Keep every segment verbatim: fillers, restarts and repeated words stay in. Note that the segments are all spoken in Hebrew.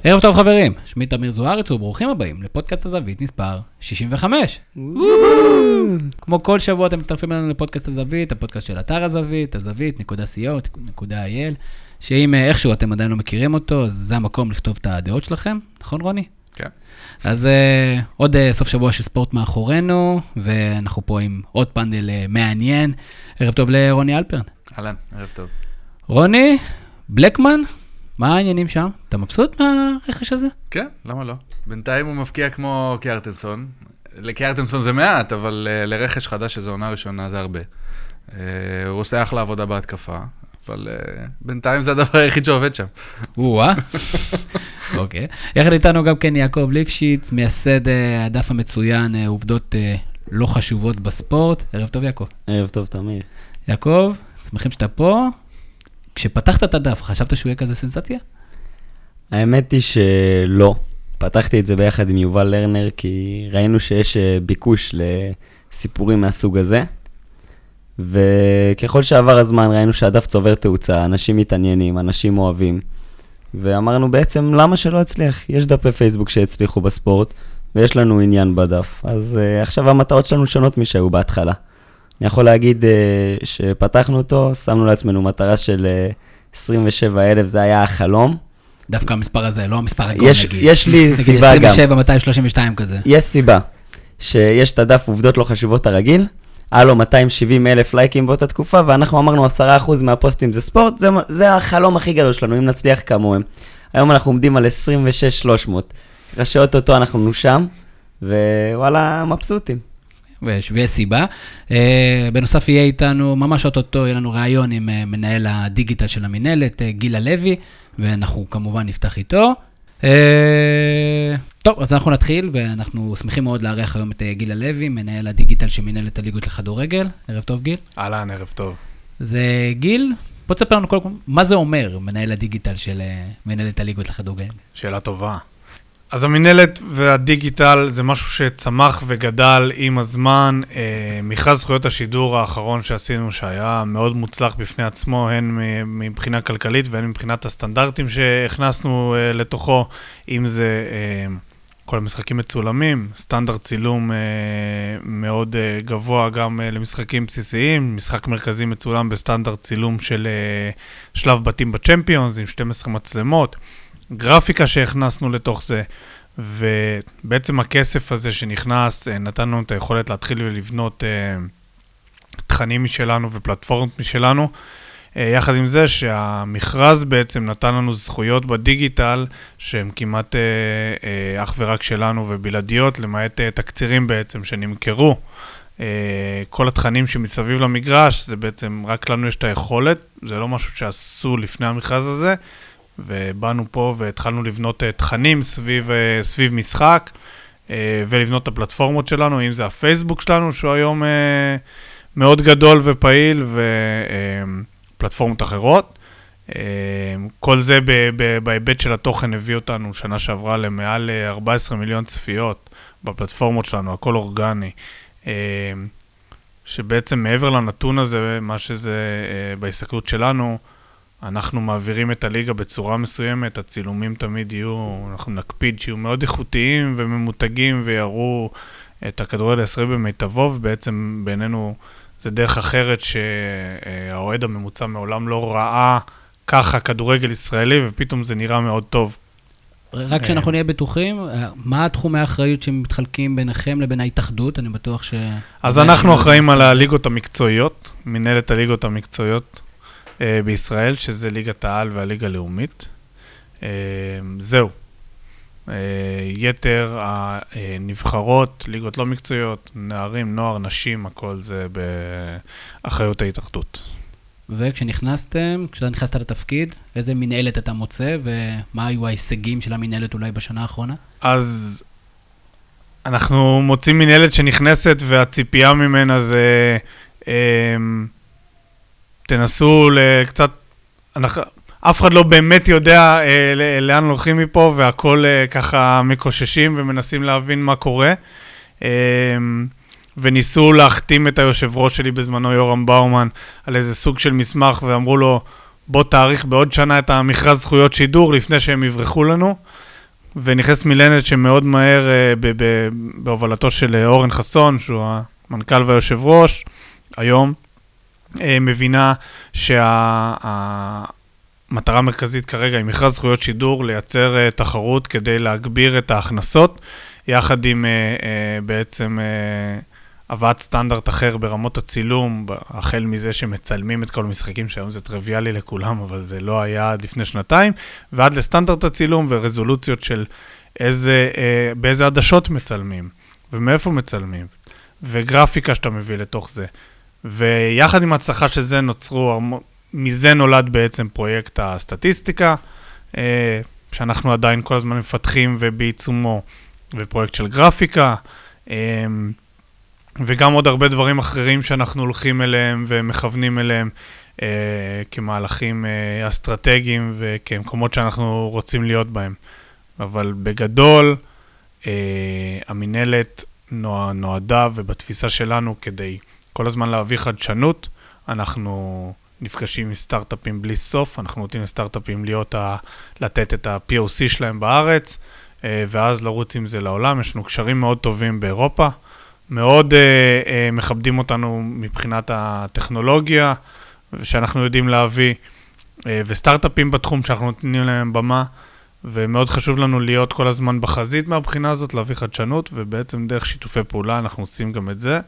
ערב טוב חברים, שמי תמיר זוארץ וברוכים הבאים לפודקאסט הזווית מספר שישים וחמש. כמו כל שבוע אתם מצטרפים אלינו לפודקאסט הזווית, הפודקאסט של אתר הזווית, הזווית נקודה סי או נקודה איי אל, שאם איכשהו אתם עדיין לא מכירים אותו, אז זה המקום לכתוב את הדעות שלכם, נכון רוני? כן. אז uh, עוד uh, סוף שבוע של ספורט מאחורינו, ואנחנו פה עם עוד פאנל uh, מעניין. ערב טוב לרוני אלפרן. אהלן, ערב טוב. רוני, בלקמן, מה העניינים שם? אתה מבסוט מהרכש הזה? כן, למה לא? בינתיים הוא מפקיע כמו קיארטנסון. לקיארטנסון זה מעט, אבל uh, לרכש חדש שזו עונה ראשונה זה הרבה. Uh, הוא עושה אחלה עבודה בהתקפה, אבל uh, בינתיים זה הדבר היחיד שעובד שם. וואה. אוקיי. יחד איתנו גם כן יעקב ליפשיץ, מייסד הדף המצוין, עובדות לא חשובות בספורט. ערב טוב יעקב. ערב טוב תמיר. יעקב, שמחים שאתה פה. כשפתחת את הדף, חשבת שהוא יהיה כזה סנסציה? האמת היא שלא. פתחתי את זה ביחד עם יובל לרנר, כי ראינו שיש ביקוש לסיפורים מהסוג הזה. וככל שעבר הזמן ראינו שהדף צובר תאוצה, אנשים מתעניינים, אנשים אוהבים. ואמרנו בעצם, למה שלא הצליח? יש דפי פייסבוק שהצליחו בספורט, ויש לנו עניין בדף. אז uh, עכשיו המטרות שלנו שונות משהיו בהתחלה. אני יכול להגיד uh, שפתחנו אותו, שמנו לעצמנו מטרה של uh, עשרים ושבע אלף, זה היה החלום. דווקא המספר הזה, לא המספר הגאון יש, נגיד. יש לי סיבה גם. עשרים ושבע מאתיים שלושים ושתיים כזה. יש סיבה, שיש את הדף עובדות לא חשובות הרגיל, היה לו מאתיים שבעים אלף לייקים באותה תקופה, ואנחנו אמרנו עשרה אחוז מהפוסטים זה ספורט, זה, זה החלום הכי גדול שלנו, אם נצליח כמוהם. היום אנחנו עומדים על עשרים ושש אלף שלוש מאות. רשאות אותו אנחנו נושם, ווואלה, מבסוטים. ויש סיבה. בנוסף יהיה איתנו, ממש אותו, יהיה לנו רעיון עם מנהל הדיגיטל של המנהלת, גילה לוי, ואנחנו כמובן נפתח איתו. טוב, אז אנחנו נתחיל, ואנחנו שמחים מאוד לארח היום את גילה לוי, מנהל הדיגיטל של מנהלת הליגות לכדורגל. ערב טוב גיל. אהלן, ערב טוב. זה גיל, בוא תספר לנו קודם כל, מה זה אומר מנהל הדיגיטל של מנהלת הליגות לכדורגל? שאלה טובה. אז המנהלת והדיגיטל זה משהו שצמח וגדל עם הזמן. מכרז זכויות השידור האחרון שעשינו, שהיה מאוד מוצלח בפני עצמו, הן מבחינה כלכלית והן מבחינת הסטנדרטים שהכנסנו לתוכו, אם זה כל המשחקים מצולמים, סטנדרט צילום מאוד גבוה גם למשחקים בסיסיים, משחק מרכזי מצולם בסטנדרט צילום של שלב בתים בצ'מפיונס עם שתים עשרה מצלמות, גרפיקה שהכנסנו לתוך זה, ובעצם הכסף הזה שנכנס נתן לנו את היכולת להתחיל ולבנות תכנים משלנו ופלטפורמות משלנו, יחד עם זה שהמכרז בעצם נתן לנו זכויות בדיגיטל שהן כמעט אך ורק שלנו ובלעדיות, למעט תקצירים בעצם שנמכרו. כל התכנים שמסביב למגרש זה בעצם רק לנו יש את היכולת, זה לא משהו שעשו לפני המכרז הזה, ובאנו פה והתחלנו לבנות תכנים סביב, סביב משחק, ולבנות את הפלטפורמות שלנו, אם זה הפייסבוק שלנו, שהוא היום מאוד גדול ופעיל, ופלטפורמות אחרות. כל זה בהיבט של התוכן הביא אותנו שנה שעברה למעל ארבעה עשר מיליון צפיות בפלטפורמות שלנו, הכל אורגני. שבעצם מעבר לנתון הזה, מה שזה בהסתכלות שלנו, אנחנו מעבירים את הליגה בצורה מסוימת, הצילומים תמיד יהיו, אנחנו נקפיד שיהיו מאוד איכותיים וממותגים ויראו את הכדורגל הישראלי במיטבו, ובעצם בינינו זה דרך אחרת שהאוהד הממוצע מעולם לא ראה ככה כדורגל ישראלי, ופתאום זה נראה מאוד טוב. רק כשאנחנו נהיה בטוחים, מה התחומי האחריות שמתחלקים ביניכם לבין ההתאחדות? אני בטוח ש... אז אנחנו אחראים על הליגות המקצועיות, מנהלת הליגות המקצועיות, בישראל, שזה ליגת העל והליגה הלאומית. זהו. יתר הנבחרות, ליגות לא מקצועיות, נערים, נוער, נשים, הכל זה באחריות ההתאחדות. וכשנכנסתם, כשאתה נכנסת לתפקיד, איזה מנהלת אתה מוצא, ומה היו ההישגים של המנהלת אולי בשנה האחרונה? אז אנחנו מוצאים מנהלת שנכנסת, והציפייה ממנה זה... תנסו לקצת, אנחנו, אף אחד לא באמת יודע אה, לאן הולכים מפה, והכל אה, ככה מקוששים ומנסים להבין מה קורה. אה, וניסו להחתים את היושב ראש שלי בזמנו, יורם באומן, על איזה סוג של מסמך, ואמרו לו, בוא תאריך בעוד שנה את המכרז זכויות שידור, לפני שהם יברחו לנו. ונכנס מילנת שמאוד מהר, ב- ב- בהובלתו של אורן חסון, שהוא המנכ"ל והיושב ראש, היום, מבינה שהמטרה המרכזית כרגע היא מכרז זכויות שידור, לייצר תחרות כדי להגביר את ההכנסות, יחד עם בעצם הבאת סטנדרט אחר ברמות הצילום, החל מזה שמצלמים את כל המשחקים, שהיום זה טריוויאלי לכולם, אבל זה לא היה עד לפני שנתיים, ועד לסטנדרט הצילום ורזולוציות של איזה, באיזה עדשות מצלמים, ומאיפה מצלמים, וגרפיקה שאתה מביא לתוך זה. ויחד עם ההצלחה של זה נוצרו, מזה נולד בעצם פרויקט הסטטיסטיקה, שאנחנו עדיין כל הזמן מפתחים ובעיצומו, ופרויקט של גרפיקה, וגם עוד הרבה דברים אחרים שאנחנו הולכים אליהם ומכוונים אליהם כמהלכים אסטרטגיים וכמקומות שאנחנו רוצים להיות בהם. אבל בגדול, המנהלת נועדה ובתפיסה שלנו כדי כל הזמן להביא חדשנות, אנחנו נפגשים עם סטארט-אפים בלי סוף, אנחנו נותנים לסטארט-אפים להיות ה, לתת את ה-פי או סי שלהם בארץ, ואז לרוץ עם זה לעולם. יש לנו קשרים מאוד טובים באירופה, מאוד מכבדים אותנו מבחינת הטכנולוגיה, שאנחנו יודעים להביא, וסטארט-אפים בתחום שאנחנו נותנים להם במה, ומאוד חשוב לנו להיות כל הזמן בחזית מהבחינה הזאת, להביא חדשנות, ובעצם דרך שיתופי פעולה אנחנו עושים גם את זה.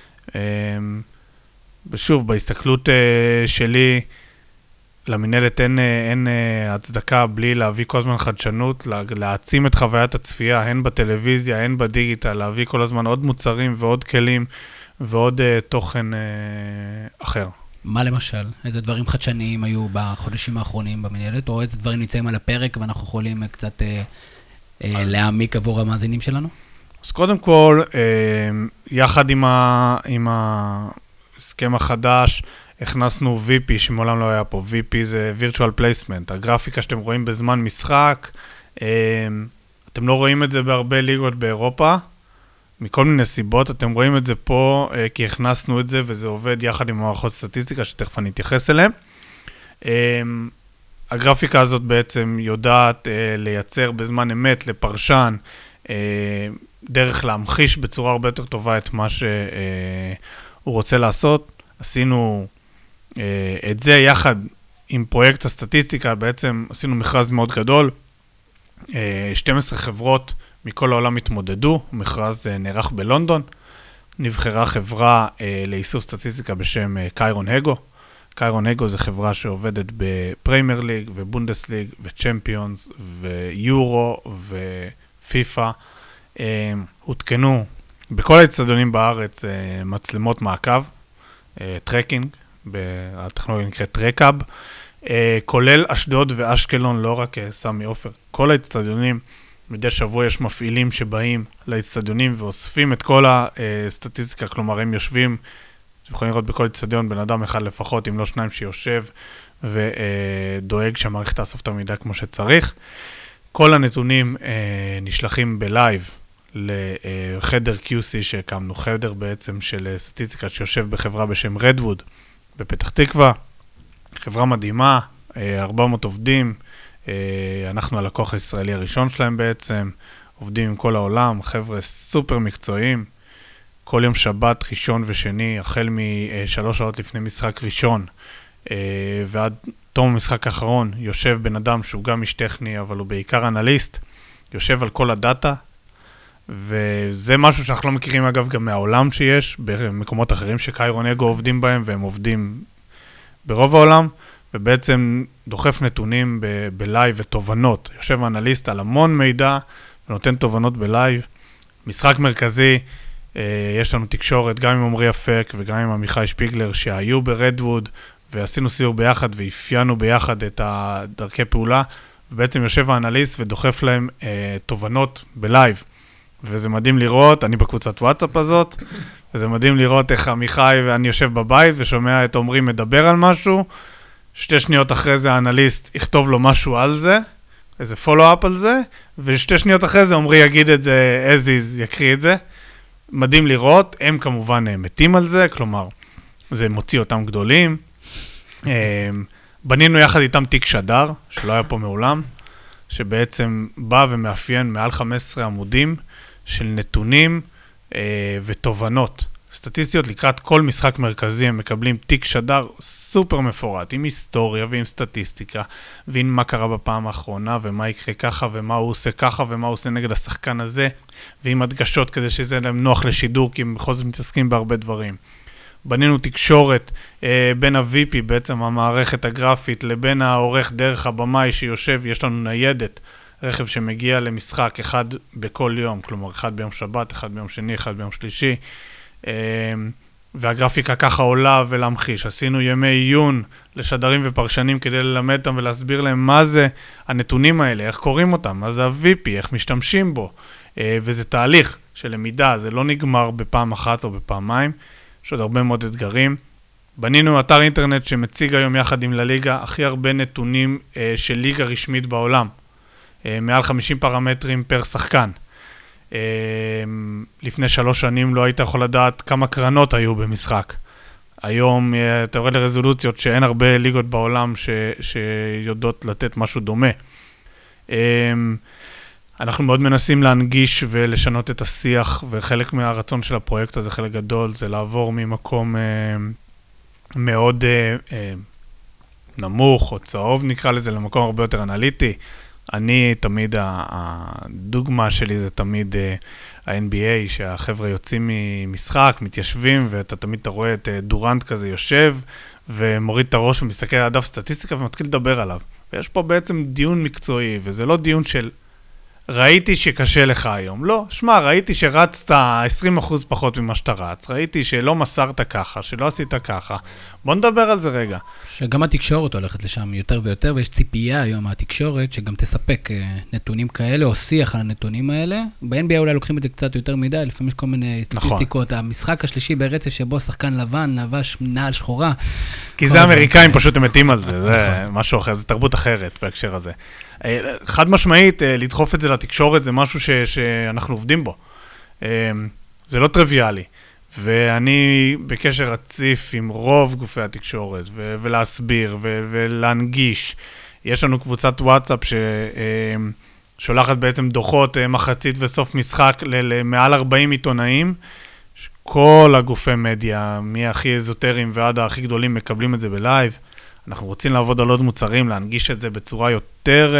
ושוב, בהסתכלות שלי, למנהלת אין, אין הצדקה בלי להביא כל הזמן חדשנות, להעצים את חוויית הצפייה, הן בטלוויזיה, הן בדיגיטל, להביא כל הזמן עוד מוצרים ועוד כלים ועוד תוכן אחר. מה למשל? איזה דברים חדשניים היו בחודשים האחרונים במנהלת, או איזה דברים נמצאים על הפרק ואנחנו יכולים קצת אה, אה, להעמיק עבור המאזינים שלנו? אז קודם כל, אה, יחד עם, ה, עם ההסכם החדש, הכנסנו וי פי שמעולם לא היה פה. וי פי זה virtual placement, הגרפיקה שאתם רואים בזמן משחק, אה, אתם לא רואים את זה בהרבה ליגות באירופה, מכל מיני סיבות, אתם רואים את זה פה, אה, כי הכנסנו את זה, וזה עובד יחד עם מערכות סטטיסטיקה, שתכף אני אתייחס אליהם. אה, הגרפיקה הזאת בעצם יודעת אה, לייצר בזמן אמת לפרשן, אה, דרך להמחיש בצורה הרבה יותר טובה את מה שהוא אה, רוצה לעשות. עשינו אה, את זה יחד עם פרויקט הסטטיסטיקה, בעצם עשינו מכרז מאוד גדול, אה, שתים עשרה חברות, מכל העולם התמודדו, מכרז נערך בלונדון, נבחרה חברה אה, לאיסוף סטטיסטיקה בשם אה, קיירון הגו. קיירון הגו זה חברה שעובדת בפריימר ליג ובונדס ליג וצ'מפיונס ויורו ופיפה. אה, הותקנו בכל האצטדיונים בארץ אה, מצלמות מעקב, אה, טרקינג, הטכנולוגיה נקראת טרקאב, אה, כולל אשדוד ואשקלון, לא רק אה, סמי עופר, כל האצטדיונים, מדי שבוע יש מפעילים שבאים לאצטדיונים ואוספים את כל הסטטיסטיקה, כלומר הם יושבים, אתם יכולים לראות בכל אצטדיון בן אדם אחד לפחות, אם לא שניים שיושב ודואג שהמערכת תאסוף את המידע כמו שצריך. כל הנתונים נשלחים בלייב לחדר קיו סי שהקמנו, חדר בעצם של סטטיסטיקה שיושב בחברה בשם רדווד בפתח תקווה, חברה מדהימה, ארבע מאות עובדים, אנחנו הלקוח הישראלי הראשון שלהם בעצם, עובדים עם כל העולם, חבר'ה סופר מקצועיים, כל יום שבת, ראשון ושני, החל משלוש שעות לפני משחק ראשון, ועד תום המשחק האחרון, יושב בן אדם שהוא גם איש טכני, אבל הוא בעיקר אנליסט, יושב על כל הדאטה, וזה משהו שאנחנו לא מכירים אגב גם מהעולם שיש, במקומות אחרים שקיירון אגו עובדים בהם, והם עובדים ברוב העולם, ובעצם דוחף נתונים ב- בלייב ותובנות. יושב האנליסט על המון מידע ונותן תובנות בלייב. משחק מרכזי, אה, יש לנו תקשורת גם עם עמרי אפק וגם עם עמיחי שפיגלר שהיו ברדווד, ועשינו סיור ביחד ואפיינו ביחד את הדרכי פעולה, ובעצם יושב האנליסט ודוחף להם אה, תובנות בלייב. וזה מדהים לראות, אני בקבוצת וואטסאפ הזאת, וזה מדהים לראות איך עמיחי ואני יושב בבית ושומע את עמרי מדבר על משהו, שתי שניות אחרי זה האנליסט יכתוב לו משהו על זה, איזה פולו-אפ על זה, ושתי שניות אחרי זה עמרי יגיד את זה, as is, יקריא את זה. מדהים לראות, הם כמובן מתים על זה, כלומר, זה מוציא אותם גדולים. בנינו יחד איתם תיק שדר, שלא היה פה מעולם, שבעצם בא ומאפיין מעל חמישה עשר עמודים של נתונים אה, ותובנות. סטטיסטיות לקראת כל משחק מרכזי, הם מקבלים תיק שדר סופר מפורט, עם היסטוריה ועם סטטיסטיקה, ועם מה קרה בפעם האחרונה, ומה יקרה ככה, ומה הוא עושה ככה, ומה הוא עושה נגד השחקן הזה, ועם הדגשות כדי שזה להם נוח לשידור, כי הם בכל זאת מתעסקים בהרבה דברים. בנינו תקשורת אה, בין ה-וי פי, בעצם המערכת הגרפית, לבין העורך דרך הבמאי שיושב, יש לנו ניידת, רכב שמגיע למשחק אחד בכל יום, כלומר אחד ביום שבת, אחד ביום שני, אחד ביום שלישי, והגרפיקה ככה עולה ולהמחיש. עשינו ימי עיון לשדרים ופרשנים כדי ללמד אותם ולהסביר להם מה זה הנתונים האלה, איך קוראים אותם, מה זה ה-וי פי, איך משתמשים בו, וזה תהליך של למידה, זה לא נגמר בפעם אחת או בפעמיים, יש עוד הרבה מאוד אתגרים. בנינו אתר אינטרנט שמציג היום יחד עם לליגה הכי הרבה נתונים של ליגה רשמית בעולם, מעל חמישים פרמטרים פר שחקן. לפני שלוש שנים לא היית יכול לדעת כמה קרנות היו במשחק. היום אתה רואה לרזולוציות שאין הרבה ליגות בעולם ש, שיודעות לתת משהו דומה. אנחנו מאוד מנסים להנגיש ולשנות את השיח, וחלק מהרצון של הפרויקט הזה, חלק גדול, זה לעבור ממקום מאוד נמוך או צהוב נקרא לזה, למקום הרבה יותר אנליטי. אני תמיד, הדוגמה שלי זה תמיד ה-אן בי איי, שהחבר'ה יוצאים ממשחק, מתיישבים, ואתה תמיד אתה רואה את דורנט כזה יושב, ומוריד את הראש ומסתכל על הדף סטטיסטיקה ומתחיל לדבר עליו. ויש פה בעצם דיון מקצועי, וזה לא דיון של ראיתי שקשה לך היום. לא, שמע, ראיתי שרצת עשרים אחוז פחות ממה שאתה רץ, ראיתי שלא מסרת ככה, שלא עשית ככה. בוא נדבר על זה רגע. שגם התקשורת הולכת לשם יותר ויותר, ויש ציפייה היום מהתקשורת שגם תספק נתונים כאלה, או שיח על הנתונים האלה. ב-אן בי איי אולי לוקחים את זה קצת יותר מדי, לפעמים יש כל מיני סטטיסטיקות. נכון. המשחק השלישי ברצף שבו שחקן לבן, לבש נעל שחורה. כי זה אמריקאים, פשוט הם מתים על זה, זה משהו אחר, זה תרבות אחרת בהקשר הזה. חד משמעית, לדחוף את זה לתקשורת זה משהו ש, שאנחנו עובדים בו. זה לא טריוויאלי. ואני בקשר רציף עם רוב גופי התקשורת, ו- ולהסביר ו- ולהנגיש. יש לנו קבוצת וואטסאפ ששולחת בעצם דוחות מחצית וסוף משחק למעל ארבעים עיתונאים. כל הגופי מדיה, מהכי אזוטריים ועד הכי גדולים, מקבלים את זה בלייב. אנחנו רוצים לעבוד על עוד מוצרים, להנגיש את זה בצורה יותר,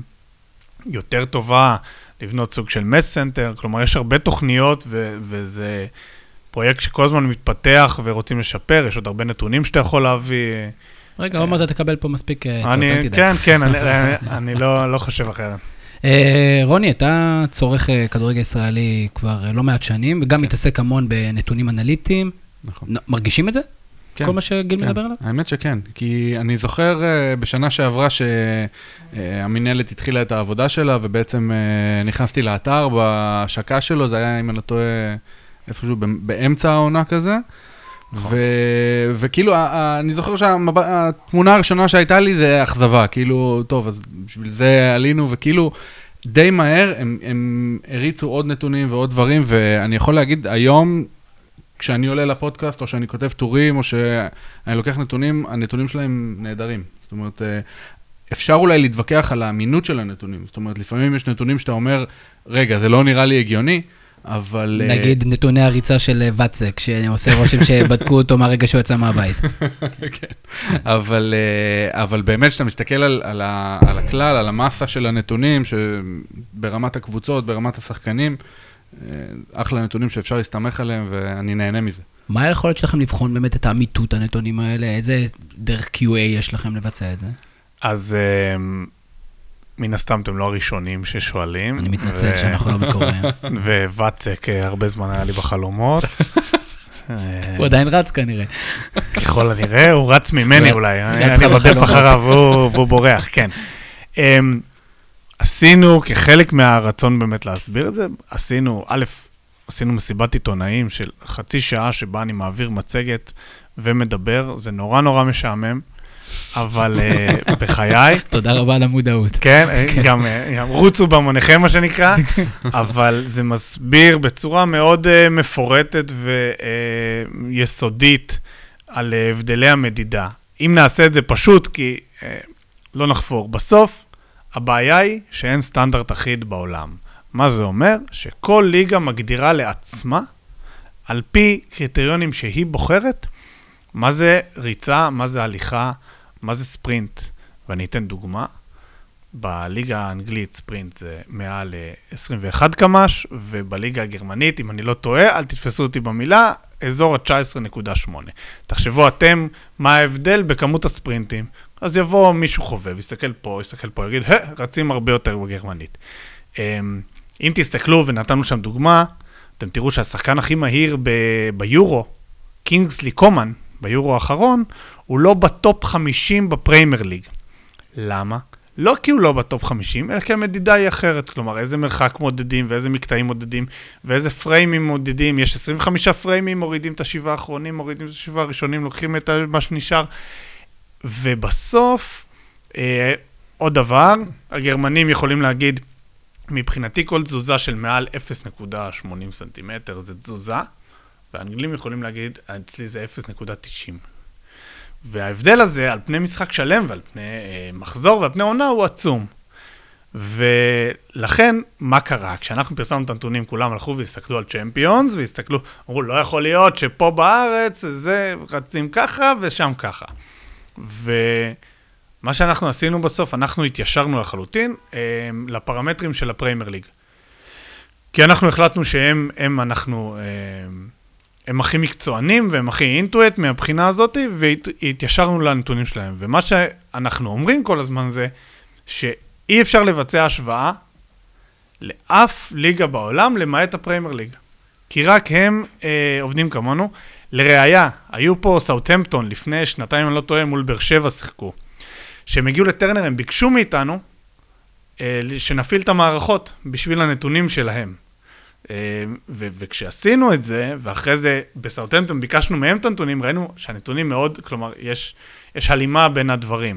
יותר טובה, לבנות סוג של מאץ' סנטר. כלומר, יש הרבה תוכניות ו- וזה פרויקט שכל הזמן מתפתח ורוצים לשפר, יש עוד הרבה נתונים שאתה יכול להביא. רגע, עוד מעט תקבל פה מספיק עצות, אל תדאג. כן, כן, אני לא חושב אחרת. רוני, אתה צורך כדורגל ישראלי כבר לא מעט שנים, וגם מתעסק המון בנתונים אנליטיים. נכון. מרגישים את זה? כן. כל מה שגיל מדבר עליו? האמת שכן, כי אני זוכר בשנה שעברה שהמנהלת התחילה את העבודה שלה, ובעצם נכנסתי לאתר בהשקה שלו, זה היה, אם אני לא טועה, איפשהו באמצע העונה כזה, וכאילו, אני זוכר שהתמונה הראשונה שהייתה לי זה אכזבה, כאילו, טוב, אז בשביל זה עלינו, וכאילו, די מהר הם הריצו עוד נתונים ועוד דברים, ואני יכול להגיד, היום, כשאני עולה לפודקאסט, או שאני כותב טורים, או שאני לוקח נתונים, הנתונים שלהם נהדרים. זאת אומרת, אפשר אולי להתווכח על האמינות של הנתונים. זאת אומרת, לפעמים יש נתונים שאתה אומר, רגע, זה לא נראה לי הגיוני, אבל... נגיד נתוני הריצה של וואטסק, שעושה רושם שבדקו אותו מהרגע שהוא יצא מהבית. כן, אבל, אבל באמת שאתה מסתכל על, על, ה, על הכלל, על המסה של הנתונים, שברמת הקבוצות, ברמת השחקנים, אחלה נתונים שאפשר להסתמך עליהם, ואני נהנה מזה. מה היכולת שלכם לבחון באמת את האמיתות הנתונים האלה? איזה דרך קיו איי יש לכם לבצע את זה? אז מן הסתם אתם לא הראשונים ששואלים. אני מתנצל שאנחנו לא מקוראים. וואטסק הרבה זמן היה לי בחלומות. הוא עדיין רץ כנראה. ככל הנראה, הוא רץ ממני אולי. אני רודף אחריו, והוא בורח, כן. עשינו, כחלק מהרצון באמת להסביר את זה, עשינו, א', עשינו מסיבת עיתונאים של חצי שעה שבה אני מעביר מצגת ומדבר, זה נורא נורא משעמם, אבל uh, בחיי. תודה רבה על המודעות. כן, גם, גם רוצו במוניכם מה שנקרא, אבל זה מסביר בצורה מאוד uh, מפורטת ויסודית uh, על הבדלי המדידה. אם נעשה את זה פשוט, כי uh, לא נחפור, בסוף, הבעיה היא שאין סטנדרט אחיד בעולם. מה זה אומר? שכל ליגה מגדירה לעצמה, על פי קריטריונים שהיא בוחרת, מה זה ריצה, מה זה הליכה, מה זה ספרינט. ואני אתן דוגמה. בליגה האנגלית ספרינט זה מעל עשרים ואחת קמ"ש, ובליגה הגרמנית, אם אני לא טועה, אל תתפסו אותי במילה, אזור ה-תשע עשרה נקודה שמונה. תחשבו אתם מה ההבדל בכמות הספרינטים. אז יבוא מישהו חובב, יסתכל פה, יסתכל פה, יגיד, "הא, רצים הרבה יותר בגרמנית." אם תסתכלו ונתנו שם דוגמה, אתם תראו שהשחקן הכי מהיר ב- ביורו, קינגסלי קומן, ביורו האחרון, הוא לא בטופ חמישים בפריימר ליג. למה? לא כי הוא לא בטופ חמישים, אלא כי המדידה היא אחרת. כלומר, איזה מרחק מודדים, ואיזה מקטעים מודדים, ואיזה פריימים מודדים. יש עשרים וחמישה פריימים, מורידים את השבעה האחרונים, מורידים את השבעה הראשונים, לוקחים את מה שנשאר. ובסוף, אה, עוד דבר, הגרמנים יכולים להגיד, מבחינתי כל תזוזה של מעל אפס נקודה שמונים סנטימטר זה תזוזה, והאנגלים יכולים להגיד, אצלי זה אפס נקודה תשעים. וההבדל הזה על פני משחק שלם ועל פני אה, מחזור ועל פני עונה הוא עצום. ולכן, מה קרה? כשאנחנו פרסמנו את הנתונים, כולם הלכו והסתכלו על צ'מפיונס, והסתכלו, אמרו, לא יכול להיות שפה בארץ זה רצים ככה ושם ככה. ומה שאנחנו עשינו בסוף, אנחנו התיישרנו לחלוטין אה, לפרמטרים של הפריימר ליג. כי אנחנו החלטנו שהם, הם אנחנו... אה, הם הכי מקצוענים והם הכי אינטואט מהבחינה הזאת, והתיישרנו לנתונים שלהם. ומה שאנחנו אומרים כל הזמן זה, שאי אפשר לבצע השוואה לאף ליגה בעולם, למעט הפריימר ליג. כי רק הם אה, עובדים כמונו. לראיה, היו פה סאות'המפטון לפני שנתיים, אני לא טועה, מול באר שבע שיחקו. שהם הגיעו לטרנר, הם ביקשו מאיתנו, אה, שנפעיל את המערכות בשביל הנתונים שלהם. ו- וכשעשינו את זה, ואחרי זה בסאות'המפטון ביקשנו מהם את הנתונים, ראינו שהנתונים מאוד, כלומר, יש, יש הלימה בין הדברים.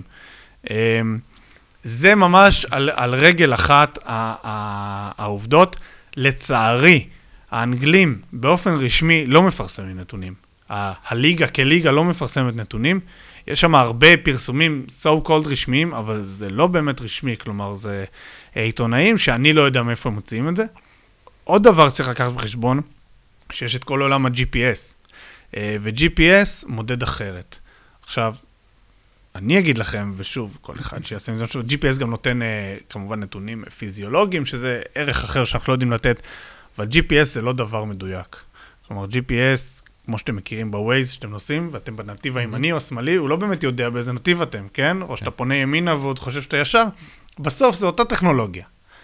זה ממש על, על רגל אחת העובדות. לצערי, האנגלים באופן רשמי לא מפרסמים נתונים. הליגה כליגה לא מפרסמת נתונים. יש שם הרבה פרסומים so called רשמיים, אבל זה לא באמת רשמי, כלומר, זה עיתונאים שאני לא יודע מאיפה הם מוציאים את זה. עוד דבר שצריך לקחת בחשבון, שיש את כל עולם ה-ג'י פי אס, ו-ג'י פי אס מודד אחרת. עכשיו, אני אגיד לכם, ושוב, כל אחד שיעשה מזה, ג'י פי אס גם נותן כמובן נתונים פיזיולוגיים, שזה ערך אחר שאנחנו לא יודעים לתת, אבל ג'י פי אס זה לא דבר מדויק. כלומר, ג'י פי אס, כמו שאתם מכירים בווייז שאתם נוסעים, ואתם בנתיב הימני או השמאלי, הוא לא באמת יודע באיזה נתיב אתם, כן? או שאתה פונה ימינה ועוד חושב שאתה ישר. בסוף זה אותה טכנולוגיה.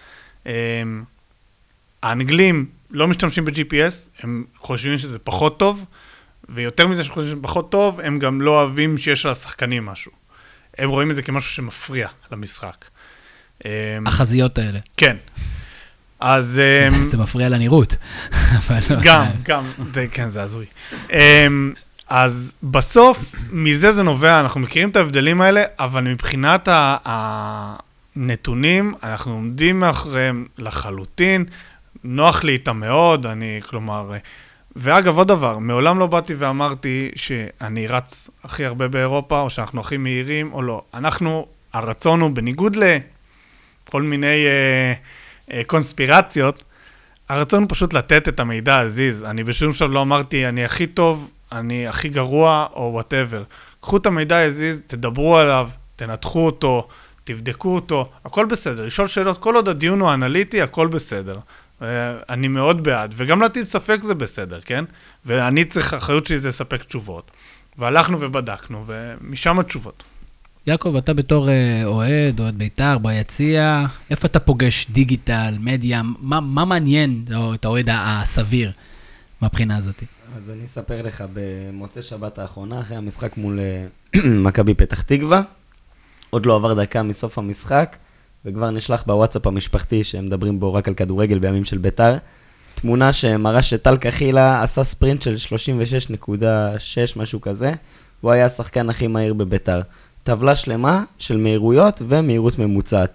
האנגלים לא משתמשים ב-ג'י פי אס, הם חושבים שזה פחות טוב, ויותר מזה שחושבים שזה פחות טוב, הם גם לא אוהבים שיש על השחקנים משהו. הם רואים את זה כמשהו שמפריע למשחק. החזיות האלה. כן. אז... זה מפריע לנראות. גם, גם, כן, זה הזוי. אז בסוף, מזה זה נובע, אנחנו מכירים את ההבדלים האלה, אבל מבחינת הנתונים, אנחנו עומדים מאחוריהם לחלוטין, נוח לי איתה מאוד, אני, כלומר, ואגב, עוד דבר, מעולם לא באתי ואמרתי שאני רץ הכי הרבה באירופה, או שאנחנו הכי מהירים, או לא. אנחנו, הרצון הוא, בניגוד לכל מיני אה, אה, קונספירציות, הרצון הוא פשוט לתת את המידע הזיז. אני בשום שלב לא אמרתי, אני הכי טוב, אני הכי גרוע, או whatever. קחו את המידע הזיז, תדברו עליו, תנתחו אותו, תבדקו אותו, הכל בסדר. לשאול שאלות, כל עוד הדיון הוא אנליטי, הכל בסדר. אני מאוד בעד, וגם להטיל ספק זה בסדר, כן? ואני צריך, אחריות שלי זה לספק תשובות. והלכנו ובדקנו, ומשם התשובות. יעקב, אתה בתור אוהד, אוהד בית"ר, ביציע, איפה אתה פוגש דיגיטל, מדיה, מה, מה מעניין את האוהד הסביר מהבחינה הזאת? אז אני אספר לך, במוצאי שבת האחרונה, אחרי המשחק מול מכבי פתח תקווה, עוד לא עבר דקה מסוף המשחק, וכבר נשלח בוואטסאפ המשפחתי שהם מדברים בו רק על כדורגל בימים של בית"ר, תמונה שמראה שטל קחילה עשה ספרינט של שלושים ושש נקודה שש, משהו כזה, הוא היה השחקן הכי מהיר בבית"ר. טבלה שלמה של מהירויות ומהירות ממוצעת.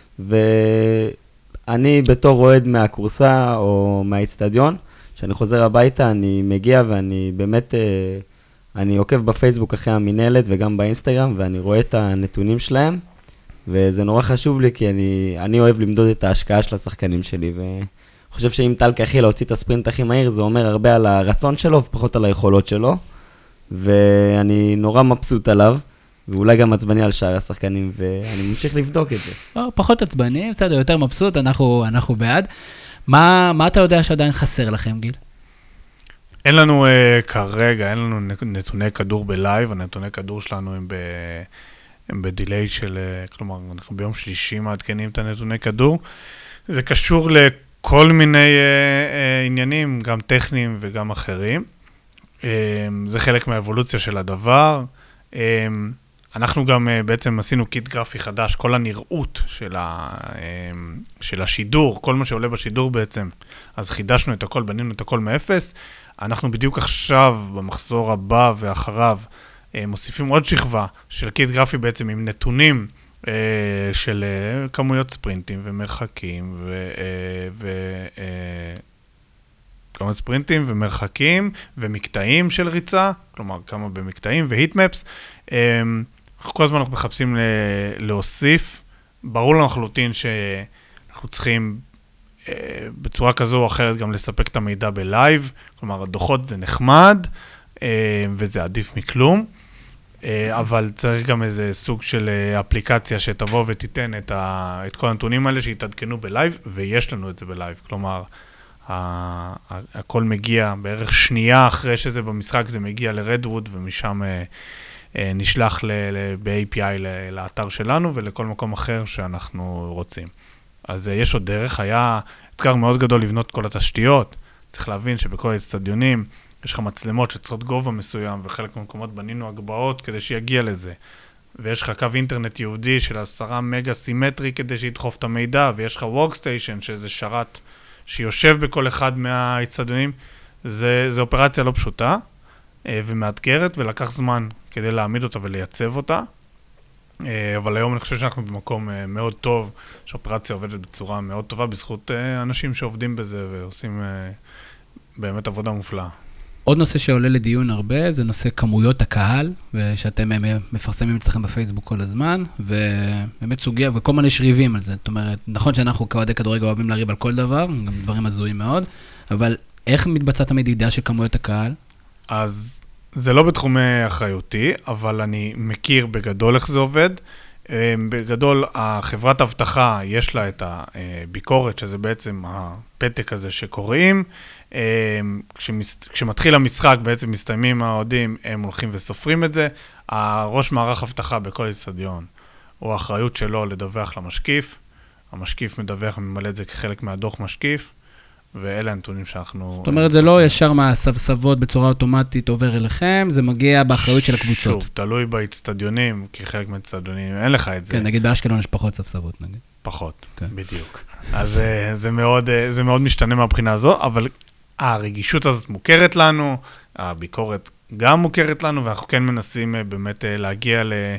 ואני בתור אוהד מהקורסה או מהאצטדיון, כשאני חוזר הביתה אני מגיע ואני באמת, אני עוקב בפייסבוק אחרי המנהלת וגם באינסטגרם, ואני רואה את הנתונים שלהם. וזה נורא חשוב לי, כי אני, אני אוהב למדוד את ההשקעה של השחקנים שלי, וחושב שאם טל כחי להוציא את הספרינט הכי מהיר, זה אומר הרבה על הרצון שלו, ופחות על היכולות שלו, ואני נורא מבסוט עליו, ואולי גם עצבני על שאר השחקנים, ואני ממשיך לבדוק את זה. לא, פחות עצבני, בסדר, יותר מבסוט, אנחנו, אנחנו בעד. מה, מה אתה יודע שעדיין חסר לכם, גיל? אין לנו uh, כרגע, אין לנו נתוני כדור בלייב, הנתוני כדור שלנו הם, ב, הם בדיליי של, uh, כלומר, אנחנו ביום שלישי מעדכנים את הנתוני כדור. זה קשור לכל מיני uh, uh, עניינים, גם טכניים וגם אחרים. Um, זה חלק מהאבולוציה של הדבר. Um, אנחנו גם uh, בעצם עשינו קיט גרפי חדש, כל הנראות של, ה, um, של השידור, כל מה שעולה בשידור בעצם, אז חידשנו את הכל, בנינו את הכל מאפס. אנחנו בדיוק עכשיו, במחזור הבא ואחריו, מוסיפים עוד שכבה של קיט גרפי בעצם עם נתונים של כמויות ספרינטים ומרחקים ו... כמויות ספרינטים ומרחקים ומקטעים של ריצה, כלומר כמה במקטעים והיטמפס. כל הזמן אנחנו מחפשים להוסיף. ברור לנו לחלוטין שאנחנו צריכים בצורה כזו או אחרת גם לספק את המידע בלייב, כלומר הדוחות זה נחמד וזה עדיף מכלום, אבל צריך גם איזה סוג של אפליקציה שתבוא ותיתן את, ה, את כל הנתונים האלה שיתעדכנו בלייב, ויש לנו את זה בלייב, כלומר ה, הכל מגיע בערך שנייה אחרי שזה במשחק, זה מגיע לרדווד ומשם נשלח ב-איי פי איי לאתר שלנו ולכל מקום אחר שאנחנו רוצים. אז יש עוד דרך, היה אתגר מאוד גדול לבנות כל התשתיות, צריך להבין שבכל האצטדיונים יש לך מצלמות שצריכות גובה מסוים, וחלק מהמקומות בנינו הגבעות כדי שיגיע לזה, ויש לך קו אינטרנט יהודי של עשרה מגה סימטרי כדי שידחוף את המידע, ויש לך וורקסטיישן שזה שרת שיושב בכל אחד מהאצטדיונים, זה, זה אופרציה לא פשוטה ומאתגרת, ולקח זמן כדי להעמיד אותה ולייצב אותה, אבל היום אני חושב שאנחנו במקום מאוד טוב, שהאופרציה עובדת בצורה מאוד טובה, בזכות אנשים שעובדים בזה ועושים באמת עבודה מופלאה. עוד נושא שעולה לדיון הרבה, זה נושא כמויות הקהל, ושאתם מפרסמים אצלכם בפייסבוק כל הזמן, ובאמת סוגיה, וכל מיני שריבים על זה. זאת אומרת, נכון שאנחנו כאוהדי כדורגל אוהבים להריב על כל דבר, גם דברים הזויים מאוד, אבל איך מתבצעת המדידה של כמויות הקהל? אז זה לא בתחומי אחריותי, אבל אני מכיר בגדול איך זה עובד. בגדול, החברת הבטחה, יש לה את הביקורת, שזה בעצם הפתק הזה שקוראים. כשמתחיל המשחק, בעצם מסתיימים האוהדים, הם הולכים וסופרים את זה. הראש מערך הבטחה בכל אצטדיון, הוא האחריות שלו לדווח למשקיף. המשקיף מדווח וממלא את זה כחלק מהדוח משקיף. ואלה הנתונים שאנחנו... זאת אומרת, זה לא ישר מהסבסבות בצורה אוטומטית עובר אליכם, זה מגיע באחריות של הקבוצות. שוב, תלוי באצטדיונים, כי חלק מהאצטדיונים, אין לך את זה. כן, נגיד באשקלון יש פחות סבסבות, נגיד. פחות, בדיוק. אז זה מאוד, זה מאוד משתנה מהבחינה הזו, אבל הרגישות הזאת מוכרת לנו, הביקורת גם מוכרת לנו, ואנחנו כן מנסים באמת להגיע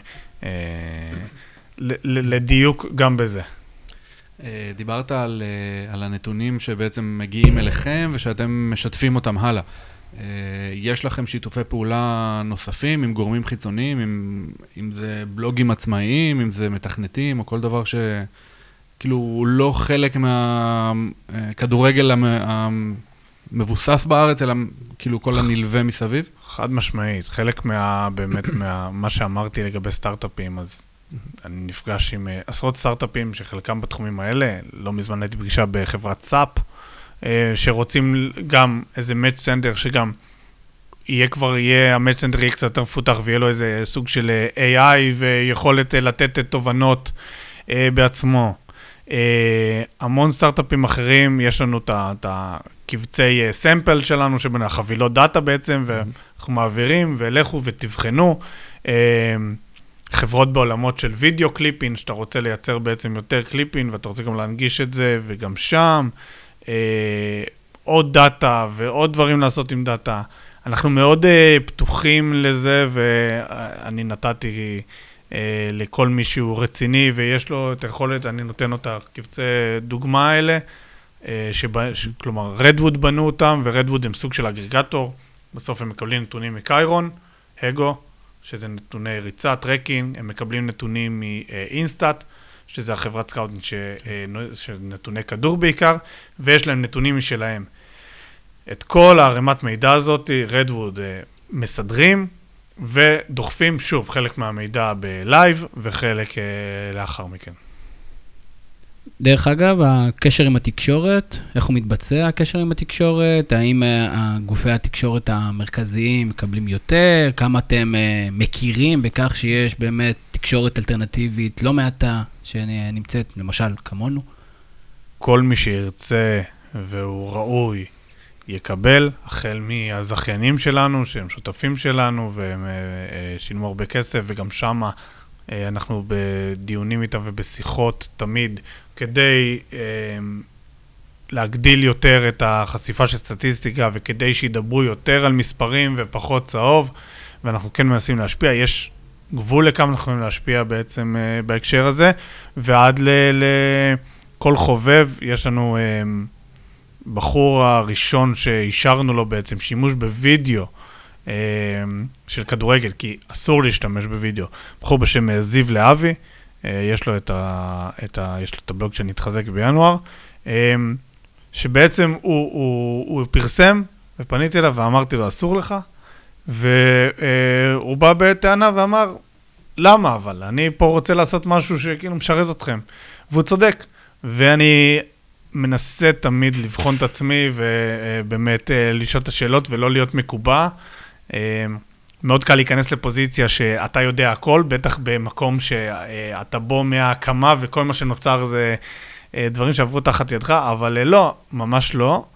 לדיוק גם בזה. דיברת על, על הנתונים שבעצם מגיעים אליכם ושאתם משתפים אותם הלאה. יש לכם שיתופי פעולה נוספים עם גורמים חיצוניים, עם, אם זה בלוגים עצמאיים, אם זה מתכנתים או כל דבר שכאילו הוא לא חלק מהכדורגל המבוסס בארץ, אלא כאילו כל הנלווה מסביב? חד משמעית. חלק מה, באמת מה, מה שאמרתי לגבי סטארט-אפים, אז אני נפגש עם עשרות סטארט-אפים שחלקם בתחומים האלה, לא מזמן הייתי פגישה בחברת סאפ, שרוצים גם איזה מאץ' סנטר שגם יהיה כבר, יהיה, המאץ' סנטר יהיה קצת יותר מפותח ויהיה לו איזה סוג של איי איי ויכולת לתת תובנות בעצמו. המון סטארט-אפים אחרים, יש לנו את הקבצי סמפל שלנו, שבין החבילות דאטה בעצם, ואנחנו מעבירים ולכו ותבחנו. חברות בעולמות של וידאו קליפין, שאתה רוצה לייצר בעצם יותר קליפין, ואתה רוצה גם להנגיש את זה, וגם שם, אה, עוד דאטה ועוד דברים לעשות עם דאטה. אנחנו מאוד אה, פתוחים לזה, ואני נתתי אה, לכל מישהו רציני, ויש לו את היכולת, אני נותן אותה קבצי דוגמה האלה, אה, שבא, ש, כלומר, רדווד בנו אותם, ורדווד הם סוג של אגרגטור, בסוף הם מקבלים נתונים מקיירון, הגו, שזה נתוני ריצה, טרקינג, הם מקבלים נתונים מאינסטאט, שזה החברת סקאוטינג של נתוני כדור בעיקר, ויש להם נתונים משלהם. את כל הרמת מידע הזאת, רדווד מסדרים, ודוחפים שוב חלק מהמידע בלייב, וחלק לאחר מכן. דרך אגב, הקשר עם התקשורת, איך הוא מתבצע, הקשר עם התקשורת? האם גופי התקשורת המרכזיים מקבלים יותר? כמה אתם מכירים בכך שיש באמת תקשורת אלטרנטיבית לא מעטה שנמצאת, למשל, כמונו? כל מי שירצה והוא ראוי יקבל, החל מהזכיינים שלנו, שהם שותפים שלנו, והם שילמו הרבה כסף, וגם שמה אנחנו בדיונים איתם ובשיחות תמיד, כדי אה, להגדיל יותר את החשיפה של סטטיסטיקה, וכדי שידברו יותר על מספרים ופחות צהוב, ואנחנו כן מנסים להשפיע. יש גבול לכמה אנחנו יכולים להשפיע בעצם אה, בהקשר הזה, ועד לכל חובב, יש לנו אה, בחור הראשון שאישרנו לו בעצם שימוש בווידאו, של כדורגל, כי אסור להשתמש בווידאו. בחור בשם זיו להבי, יש לו את ה, את ה, יש לו את הבלוג שנתחזק בינואר, שבעצם הוא, הוא, הוא פרסם, ופניתי אליו ואמרתי לו, אסור לך, והוא בא בטענה ואמר, למה אבל? אני פה רוצה לעשות משהו שכאילו משרת אתכם. והוא צודק, ואני מנסה תמיד לבחון את עצמי, ובאמת לשאול את השאלות ולא להיות מקובע. מאוד קל להיכנס לפוזיציה שאתה יודע הכל, בטח במקום שאתה בו מההקמה וכל מה שנוצר זה דברים שעברו תחת ידך, אבל לא, ממש לא.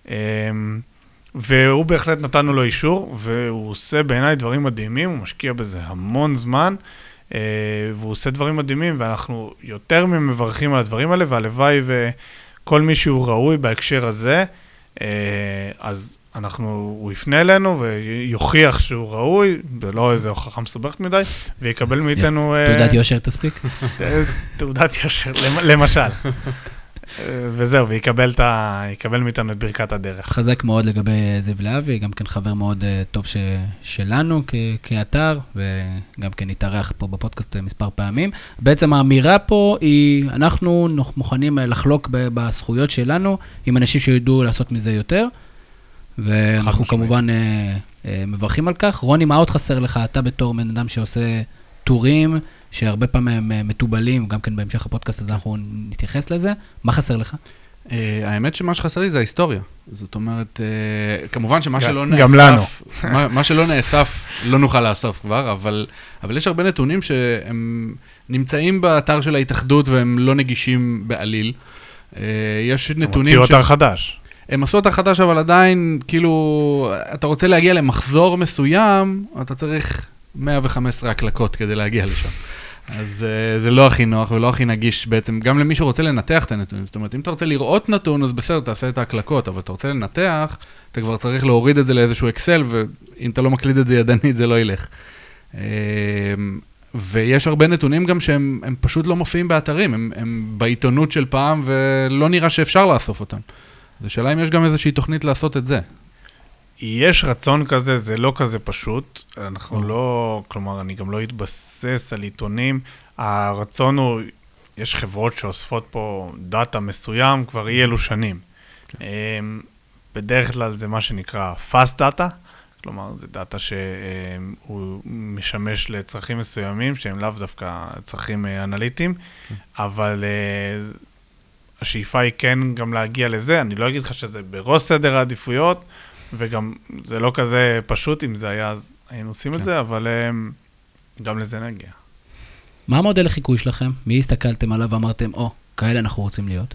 והוא בהחלט נתנו לו אישור, והוא עושה בעיניי דברים מדהימים, הוא משקיע בזה המון זמן, והוא עושה דברים מדהימים, ואנחנו יותר ממברכים על הדברים האלה, והלוואי וכל מי שהוא ראוי בהקשר הזה, אז אנחנו, הוא יפנה אלינו ויוכיח שהוא ראוי, ולא איזה הוכחה מסובכת מדי, ויקבל מאיתנו... תעודת יושר תספיק? תעודת יושר, למשל. וזהו, ויקבל מאיתנו את ברכת הדרך. חזק מאוד לגבי זיו להבי, גם כן חבר מאוד טוב שלנו כאתר, וגם כן התארח פה בפודקאסט מספר פעמים. בעצם האמירה פה היא, אנחנו מוכנים לחלוק בזכויות שלנו, עם אנשים שידעו לעשות מזה יותר, ואנחנו כמובן מברכים על כך. רוני, מה עוד חסר לך? אתה בתור בן אדם שעושה טורים, שהרבה פעמים הם מטובלים, גם כן בהמשך הפודקאסט הזה אנחנו נתייחס לזה. מה חסר לך? האמת שמה שחסר לי זה ההיסטוריה. זאת אומרת, כמובן שמה שלא נאסף... גם לנו. מה שלא נאסף לא נוכל לאסוף כבר, אבל יש הרבה נתונים שהם נמצאים באתר של ההתאחדות והם לא נגישים בעליל. יש נתונים... הם הוציאו אתר חדש. הם עשו אתר חדש, אבל עדיין, כאילו, אתה רוצה להגיע למחזור מסוים, אתה צריך מאה וחמש עשרה הקלקות כדי להגיע לשם. אז uh, זה לא הכי נוח ולא הכי נגיש בעצם, גם למי שרוצה לנתח את הנתונים. זאת אומרת, אם אתה רוצה לראות נתון, אז בסדר, תעשה את ההקלקות, אבל אתה רוצה לנתח, אתה כבר צריך להוריד את זה לאיזשהו אקסל, ואם אתה לא מקליד את זה ידנית, זה לא ילך. Uh, ויש הרבה נתונים גם שהם הם פשוט לא מופיעים באתרים, הם, הם בעיתונות של פעם, ולא נראה שאפשר לאסוף אותם. אז השאלה אם יש גם איזושהי תוכנית לעשות את זה. יש רצון כזה, זה לא כזה פשוט. אנחנו לא, כלומר, אני גם לא אתבסס על עיתונים. הרצון הוא, יש חברות שאוספות פה דאטה מסוים כבר אי אלו שנים. בדרך כלל זה מה שנקרא fast data, כלומר, זה דאטה שהוא משמש לצרכים מסוימים, שהם לאו דווקא צרכים אנליטיים, אבל השאיפה היא כן גם להגיע לזה. אני לא אגיד לך שזה בראש סדר העדיפויות, וגם זה לא כזה פשוט, אם זה היה, אז היינו עושים את זה, אבל גם לזה נגיע. מה המודל לחיקוי שלכם? מי הסתכלתם עליו ואמרתם, או, כאלה אנחנו רוצים להיות?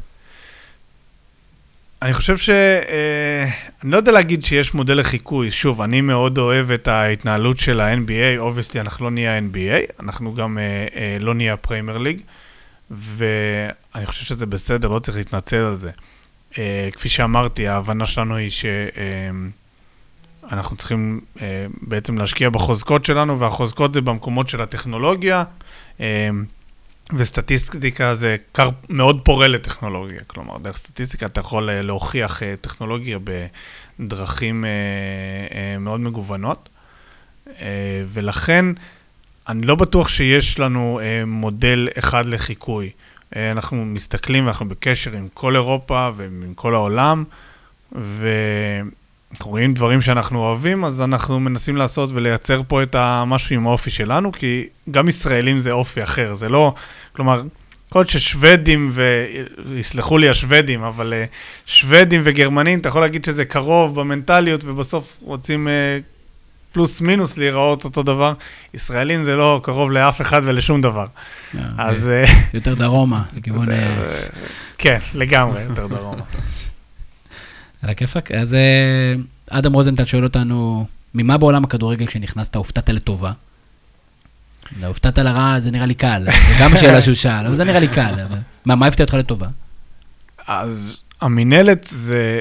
אני חושב ש... אני לא יודע להגיד שיש מודל לחיקוי. שוב, אני מאוד אוהב את ההתנהלות של ה-אן בי איי. Obviously, אנחנו לא נהיה ה-אן בי איי, אנחנו גם לא נהיה הפריימר ליג, ואני חושב שזה בסדר, לא צריך להתנצל על זה. Uh, כפי שאמרתי, ההבנה שלנו היא שאנחנו uh, צריכים uh, בעצם להשקיע בחוזקות שלנו, והחוזקות זה במקומות של הטכנולוגיה, uh, וסטטיסטיקה זה קר מאוד פורה לטכנולוגיה, כלומר, דרך סטטיסטיקה אתה יכול uh, להוכיח uh, טכנולוגיה בדרכים uh, uh, מאוד מגוונות, uh, ולכן אני לא בטוח שיש לנו מודל אחד לחיקוי. אנחנו מסתכלים ואנחנו בקשר עם כל אירופה ועם כל העולם, ואנחנו רואים דברים שאנחנו אוהבים, אז אנחנו מנסים לעשות ולייצר פה את המשהו עם האופי שלנו, כי גם ישראלים זה אופי אחר, זה לא, כלומר, כל עוד ששוודים, ויסלחו לי השוודים, אבל שוודים וגרמנים, אתה יכול להגיד שזה קרוב במנטליות, ובסוף רוצים פלוס מינוס להיראות אותו דבר. ישראלים זה לא קרוב לאף אחד ולשום דבר. אז... יותר דרומה, לכיוון... כן, לגמרי, יותר דרומה. על הכיפק. אז אדם רוזנטל שואל אותנו, ממה בעולם הכדורגל כשנכנסת, הופתעת לטובה? לא, הופתעת לרעה, זה נראה לי קל. זה גם השאלה שהוא שאל, אבל זה נראה לי קל. מה, מה הפתיע אותך לטובה? אז המנהלת זה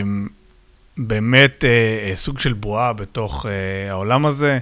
באמת סוג של בועה בתוך העולם הזה.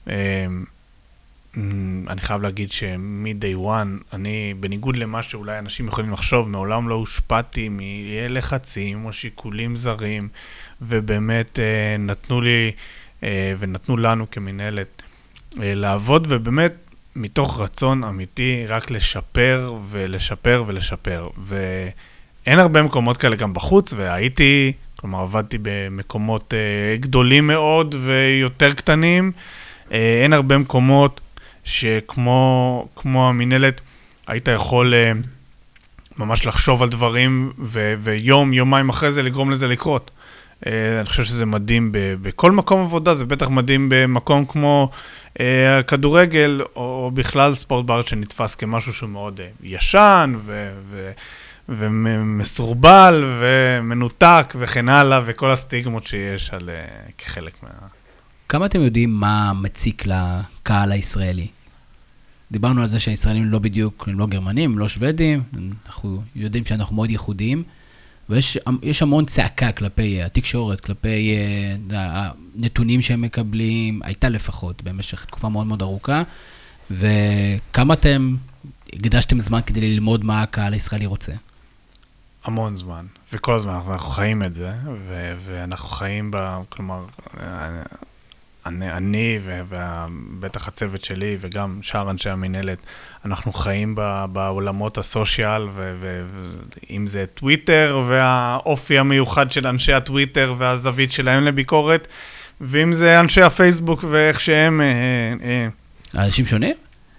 אני חייב להגיד שמ-day one, אני, בניגוד למה שאולי אנשים יכולים לחשוב, מעולם לא הושפעתי מלחצים או שיקולים זרים, ובאמת נתנו לי ונתנו לנו כמנהלת לעבוד, ובאמת מתוך רצון אמיתי רק לשפר ולשפר ולשפר. ואין הרבה מקומות כאלה גם בחוץ, והייתי, כלומר עבדתי במקומות גדולים מאוד ויותר קטנים. אין הרבה מקומות שכמו כמו המנהלת, היית יכול ממש לחשוב על דברים, ו- ויום, יומיים אחרי זה לגרום לזה לקרות. אני חושב שזה מדהים בכל מקום עבודה, זה בטח מדהים במקום כמו הכדורגל, או בכלל ספורט בארץ שנתפס כמשהו שהוא מאוד ישן, ו- ו- ומסורבל, ומנותק, וכן הלאה, וכל הסטיגמות שיש על, כחלק מה... כמה אתם יודעים מה מציק לקהל הישראלי? דיברנו על זה שהישראלים לא בדיוק, הם לא גרמנים, הם לא שוודים, אנחנו יודעים שאנחנו מאוד ייחודיים, ויש יש המון צעקה כלפי התקשורת, כלפי הנתונים שהם מקבלים, הייתה לפחות במשך תקופה מאוד מאוד ארוכה, וכמה אתם הקדשתם זמן כדי ללמוד מה הקהל הישראלי רוצה? המון זמן, וכל הזמן אנחנו חיים את זה, ו- ואנחנו חיים ב... כלומר, אני, אני ובטח הצוות שלי וגם שאר אנשי המנהלת, אנחנו חיים ב- בעולמות הסושיאל, ואם זה טוויטר והאופי המיוחד של אנשי הטוויטר והזווית שלהם לביקורת, ואם זה אנשי הפייסבוק ואיך שהם... אנשים שונים?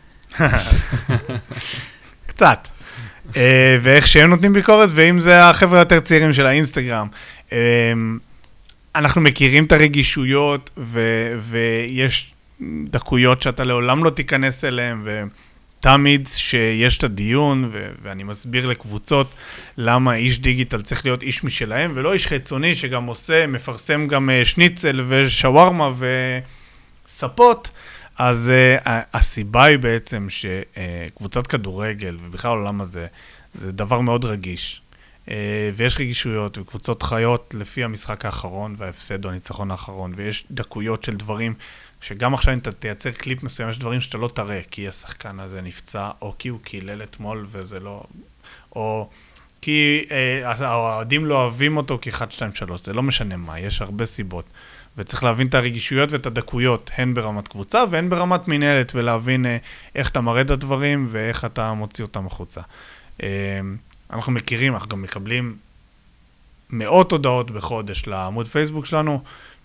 קצת. ואיך שהם נותנים ביקורת, ואם זה החבר'ה יותר צעירים של האינסטגרם. אנחנו מכירים את הרגישויות, ו- ויש דקויות שאתה לעולם לא תיכנס אליהם, ותמיד שיש את הדיון, ו- ואני מסביר לקבוצות למה איש דיגיטל צריך להיות איש משלהם, ולא איש חיצוני שגם עושה, מפרסם גם שניצל ושווארמה וספות. אז uh, הסיבה היא בעצם שקבוצת כדורגל, ובכלל העולם הזה, זה דבר מאוד רגיש. Uh, ויש רגישויות, וקבוצות חיות לפי המשחק האחרון, וההפסד או הניצחון האחרון, ויש דקויות של דברים, שגם עכשיו אם אתה תייצר קליפ מסוים, יש דברים שאתה לא תראה, כי השחקן הזה נפצע, או כי הוא קילל אתמול, וזה לא... או כי uh, האוהדים לא אוהבים אותו, כי אחת, שתיים, שלוש, זה לא משנה מה, יש הרבה סיבות. וצריך להבין את הרגישויות ואת הדקויות, הן ברמת קבוצה והן ברמת מנהלת, ולהבין איך אתה מראה את הדברים ואיך אתה מוציא אותם החוצה. אנחנו מכירים, אנחנו גם מקבלים מאות הודעות בחודש לעמוד פייסבוק שלנו,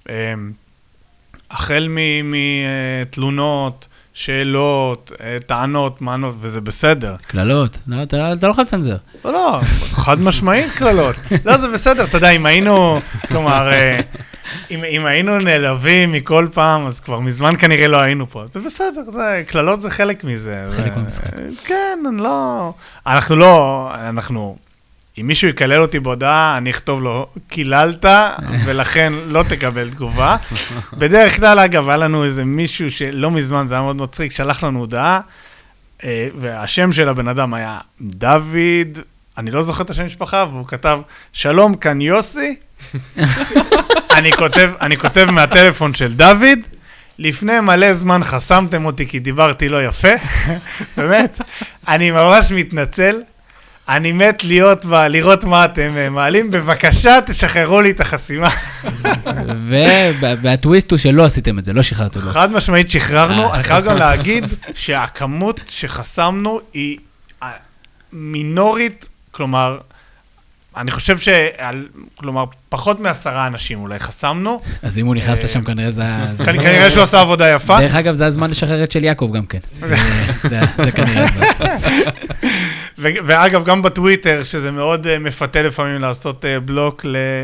החל מתלונות, שאלות, טענות, מענות, וזה בסדר. כללות, לא, אתה, אתה לא יכול לצנזר. לא, לא, חד משמעית כללות. לא, זה בסדר, אתה יודע, אם היינו, כלומר... אם, אם היינו נעלבים מכל פעם, אז כבר מזמן כנראה לא היינו פה. זה בסדר, זה, כללות זה חלק מזה. חלק מהמשחק. כן, לא... אנחנו לא... אנחנו... אם מישהו יקלל אותי בהודעה, אני אכתוב לו, קיללת, ולכן לא תקבל תגובה. בדרך כלל, אגב, היה לנו איזה מישהו שלא מזמן, זה היה מאוד מצחיק, שלח לנו הודעה, והשם של הבן אדם היה דוד, אני לא זוכר את השם משפחה, והוא כתב, שלום, כאן יוסי, אני כותב, אני כותב מהטלפון של דוד, לפני מלא זמן חסמתם אותי כי דיברתי לא יפה, באמת, אני ממש מתנצל, אני מת להיות בה, לראות מה אתם מעלים, בבקשה תשחררו לי את החסימה. והטוויסט הוא שלא עשיתם את זה, לא שחררתם לו. חד משמעית שחררנו, אני חייב גם להגיד שהכמות שחסמנו היא מינורית, כלומר, אני חושב שעל, כלומר, פחות מעשרה אנשים אולי חסמנו. אז אם הוא נכנס לשם כנראה זה... כנראה שהוא עשה עבודה יפה. דרך אגב, זה הזמן לשחרר את של יעקב גם כן. זה כנראה זה. ואגב, גם בטוויטר, שזה מאוד מפתה לפעמים לעשות בלוק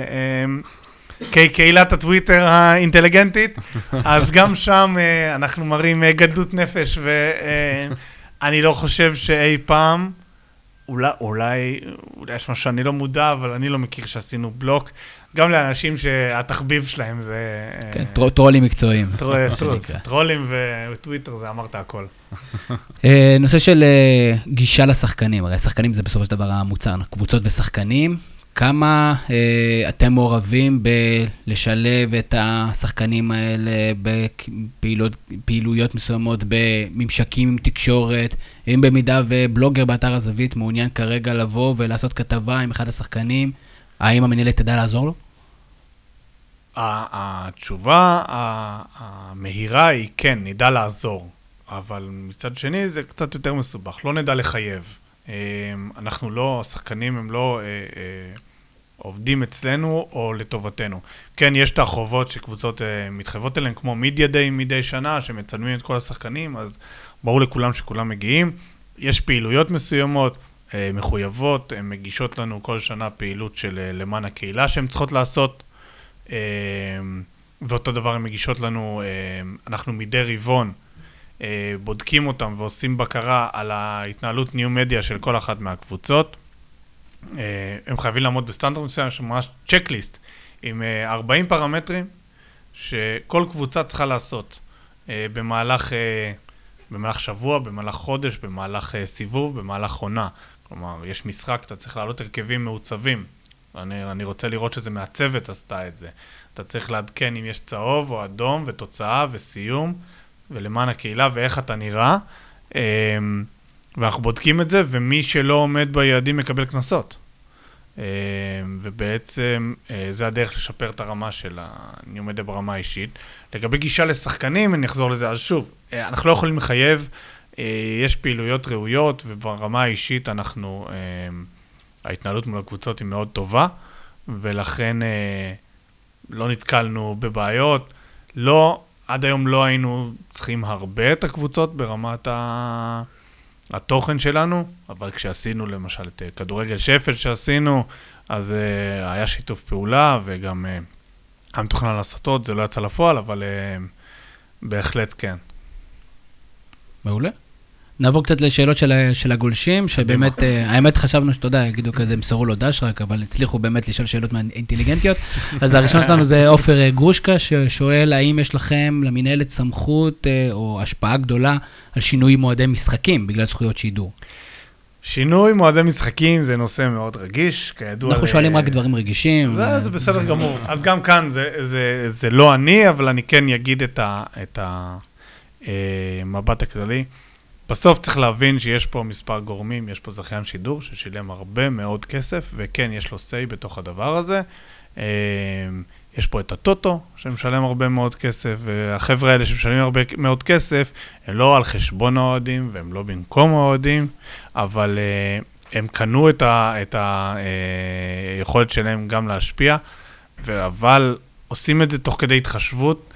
לקהילת הטוויטר האינטליגנטית, אז גם שם אנחנו מראים גדלות נפש, ואני לא חושב שאי פעם, אולי, אולי, אולי יש משהו שאני לא מודע, אבל אני לא מכיר שעשינו בלוק, גם לאנשים שהתחביב שלהם זה... כן, טרולים מקצועיים. טרולים וטוויטר, זה אמרת הכל. נושא של גישה לשחקנים, הרי השחקנים זה בסופו של דבר המוצר, קבוצות ושחקנים, כמה אתם מעורבים בלשלב את השחקנים האלה בפעילויות מסוימות, בממשקים עם תקשורת, אם במידה ובלוגר באתר הזווית מעוניין כרגע לבוא ולעשות כתבה עם אחד השחקנים, האם המנהלת תדע לעזור לו? התשובה המהירה היא כן, נדע לעזור, אבל מצד שני זה קצת יותר מסובך, לא נדע לחייב. אנחנו לא, השחקנים הם לא עובדים אצלנו או לטובתנו. כן, יש את החובות שקבוצות מתחייבות אליהן, כמו מידיה דיי מדי שנה, שמצלמים את כל השחקנים, אז ברור לכולם שכולם מגיעים. יש פעילויות מסוימות, מחויבות, הן מגישות לנו כל שנה פעילות של למען הקהילה שהן צריכות לעשות, ואותו דבר הן מגישות לנו, אנחנו מדי רבעון בודקים אותם ועושים בקרה על ההתנהלות ניו מדיה של כל אחת מהקבוצות. הם חייבים לעמוד בסטנדרט מסוים, שממש צ'קליסט עם ארבעים פרמטרים שכל קבוצה צריכה לעשות במהלך, במהלך שבוע, במהלך חודש, במהלך סיבוב, במהלך עונה. כלומר, יש משחק, אתה צריך לעלות הרכבים מעוצבים. אני, אני רוצה לראות שזה מהצוות עשתה את זה. אתה צריך לעדכן אם יש צהוב או אדום ותוצאה וסיום, ולמען הקהילה ואיך אתה נראה. ואנחנו בודקים את זה, ומי שלא עומד ביעדים מקבל כנסות. ובעצם זה הדרך לשפר את הרמה של אני עומד ברמה האישית. לגבי גישה לשחקנים, אני אחזור לזה, אז שוב, אנחנו לא יכולים לחייב, יש פעילויות ראויות, וברמה האישית אנחנו, ההתנהלות מול הקבוצות היא מאוד טובה, ולכן לא נתקלנו בבעיות. לא, עד היום לא היינו צריכים הרבה את הקבוצות ברמת ה... התוכן שלנו, אבל כשעשינו למשל את כדורגל שפל שעשינו, אז uh, היה שיתוף פעולה, וגם uh, היה מתוכנן לעשות עוד, זה לא יצא לפועל, אבל uh, בהחלט כן. מעולה. נעבור קצת לשאלות של, של הגולשים, שבאמת, uh, האמת חשבנו שאתה יודע, יגידו כזה, מסרו לו דש רק, אבל הצליחו באמת לשאול שאלות אינטליגנטיות. אז הראשון שלנו זה אופר גרושקה, ששואל, האם יש לכם למנהלת סמכות uh, או השפעה גדולה על שינוי מועדי משחקים, בגלל זכויות שידור? שינוי מועדי משחקים זה נושא מאוד רגיש, כידוע... אנחנו שואלים רק דברים רגישים. זה, זה בסדר גמור. אז גם כאן זה, זה, זה לא אני, אבל אני כן אגיד את ה, את המבט הכללי. בסוף צריך להבין שיש פה מספר גורמים, יש פה זכיין שידור ששילם הרבה מאוד כסף, וכן, יש לו סי בתוך הדבר הזה. יש פה את הטוטו, שמשלם הרבה מאוד כסף, והחבר'ה האלה שמשלמים הרבה מאוד כסף, הם לא על חשבון האוהדים, והם לא במקום האוהדים, אבל הם קנו את היכולת שלהם גם להשפיע, אבל עושים את זה תוך כדי התחשבות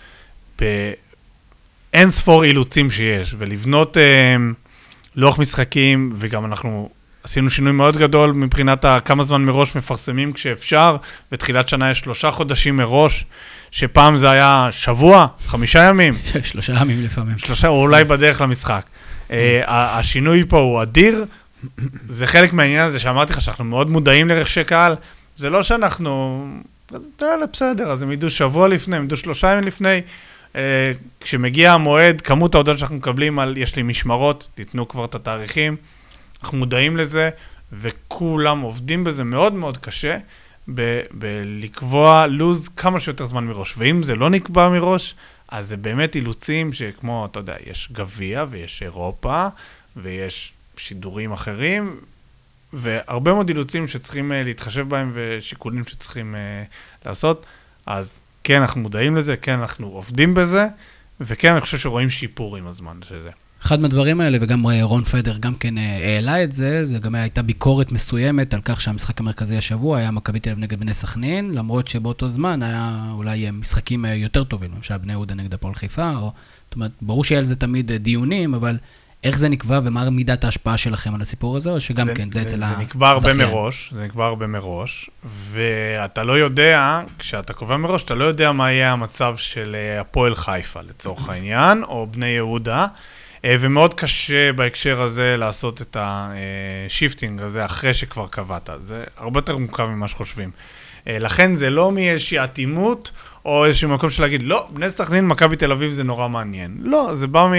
באין ספור אילוצים שיש, ולבנות לוח משחקים, וגם אנחנו... עשינו שינוי מאוד גדול מבחינת כמה זמן מראש מפרסמים כשאפשר, בתחילת שנה יש שלושה חודשים מראש, שפעם זה היה שבוע, חמישה ימים. שלושה ימים לפעמים. שלושה, או אולי בדרך למשחק. השינוי פה הוא אדיר, זה חלק מהעניין הזה שאמרתי לך שאנחנו מאוד מודעים לרכשי קהל, זה לא שאנחנו, בסדר, אז הם ידעו שבוע לפני, הם ידעו שלושה ימים לפני, כשמגיע המועד, כמות ההודעות שאנחנו מקבלים על, יש לי משמרות, תיתנו כבר את התאריכים, אנחנו מודעים לזה, וכולם עובדים בזה מאוד מאוד קשה, ב- בלקבוע לוז כמה שיותר זמן מראש. ואם זה לא נקבע מראש, אז זה באמת אילוצים שכמו, אתה יודע, יש גביע ויש אירופה, ויש שידורים אחרים, והרבה מאוד אילוצים שצריכים להתחשב בהם ושיקולים שצריכים לעשות, אז כן, אנחנו מודעים לזה, כן, אנחנו עובדים בזה, וכן, אני חושב שרואים שיפור עם הזמן שזה. אחד מהדברים האלה, וגם רון פדר גם כן העלה את זה, זה גם הייתה ביקורת מסוימת על כך שהמשחק המרכזי השבוע היה מכבי תל אביב נגד בני סכנין, למרות שבאותו זמן היה אולי משחקים יותר טובים, למשל בני יהודה נגד הפועל חיפה, או, זאת אומרת, ברור שיהיה על זה תמיד דיונים, אבל איך זה נקבע ומה מידת ההשפעה שלכם על הסיפור הזה, או שגם זה, כן, זה, זה אצל הזכיין? זה נקבע הרבה מראש, זה נקבע הרבה מראש, ואתה לא יודע, כשאתה קובע מראש, אתה לא יודע מה יהיה המצב של הפועל חיפה, לצורך העניין, או בני יהודה, ומאוד קשה בהקשר הזה לעשות את השיפטינג הזה אחרי שכבר קבעת. זה הרבה יותר מורכב ממה שחושבים. לכן זה לא מאיזושהי אטימות, או איזשהו מקום של להגיד, לא, בני סכנין, מכבי תל אביב זה נורא מעניין. לא, זה בא מ...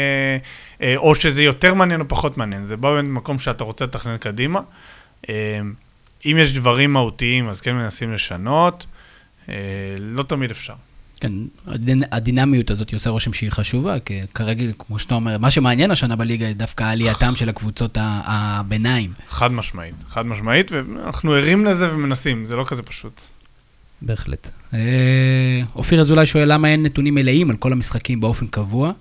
או שזה יותר מעניין או פחות מעניין. זה בא ממקום שאתה רוצה לתכנן קדימה. אם יש דברים מהותיים, אז כן מנסים לשנות. לא תמיד אפשר. כן, הדינמיות הזאת עושה רושם שהיא חשובה, כי כרגע, כמו שאתה אומר, מה שמעניין השנה בליגה היא דווקא העלייתם של הקבוצות הביניים. חד משמעית, חד משמעית, ואנחנו ערים לזה ומנסים, זה לא כזה פשוט. בהחלט. אופיר אזולאי שואל, למה אין נתונים מלאים על כל המשחקים באופן קבוע?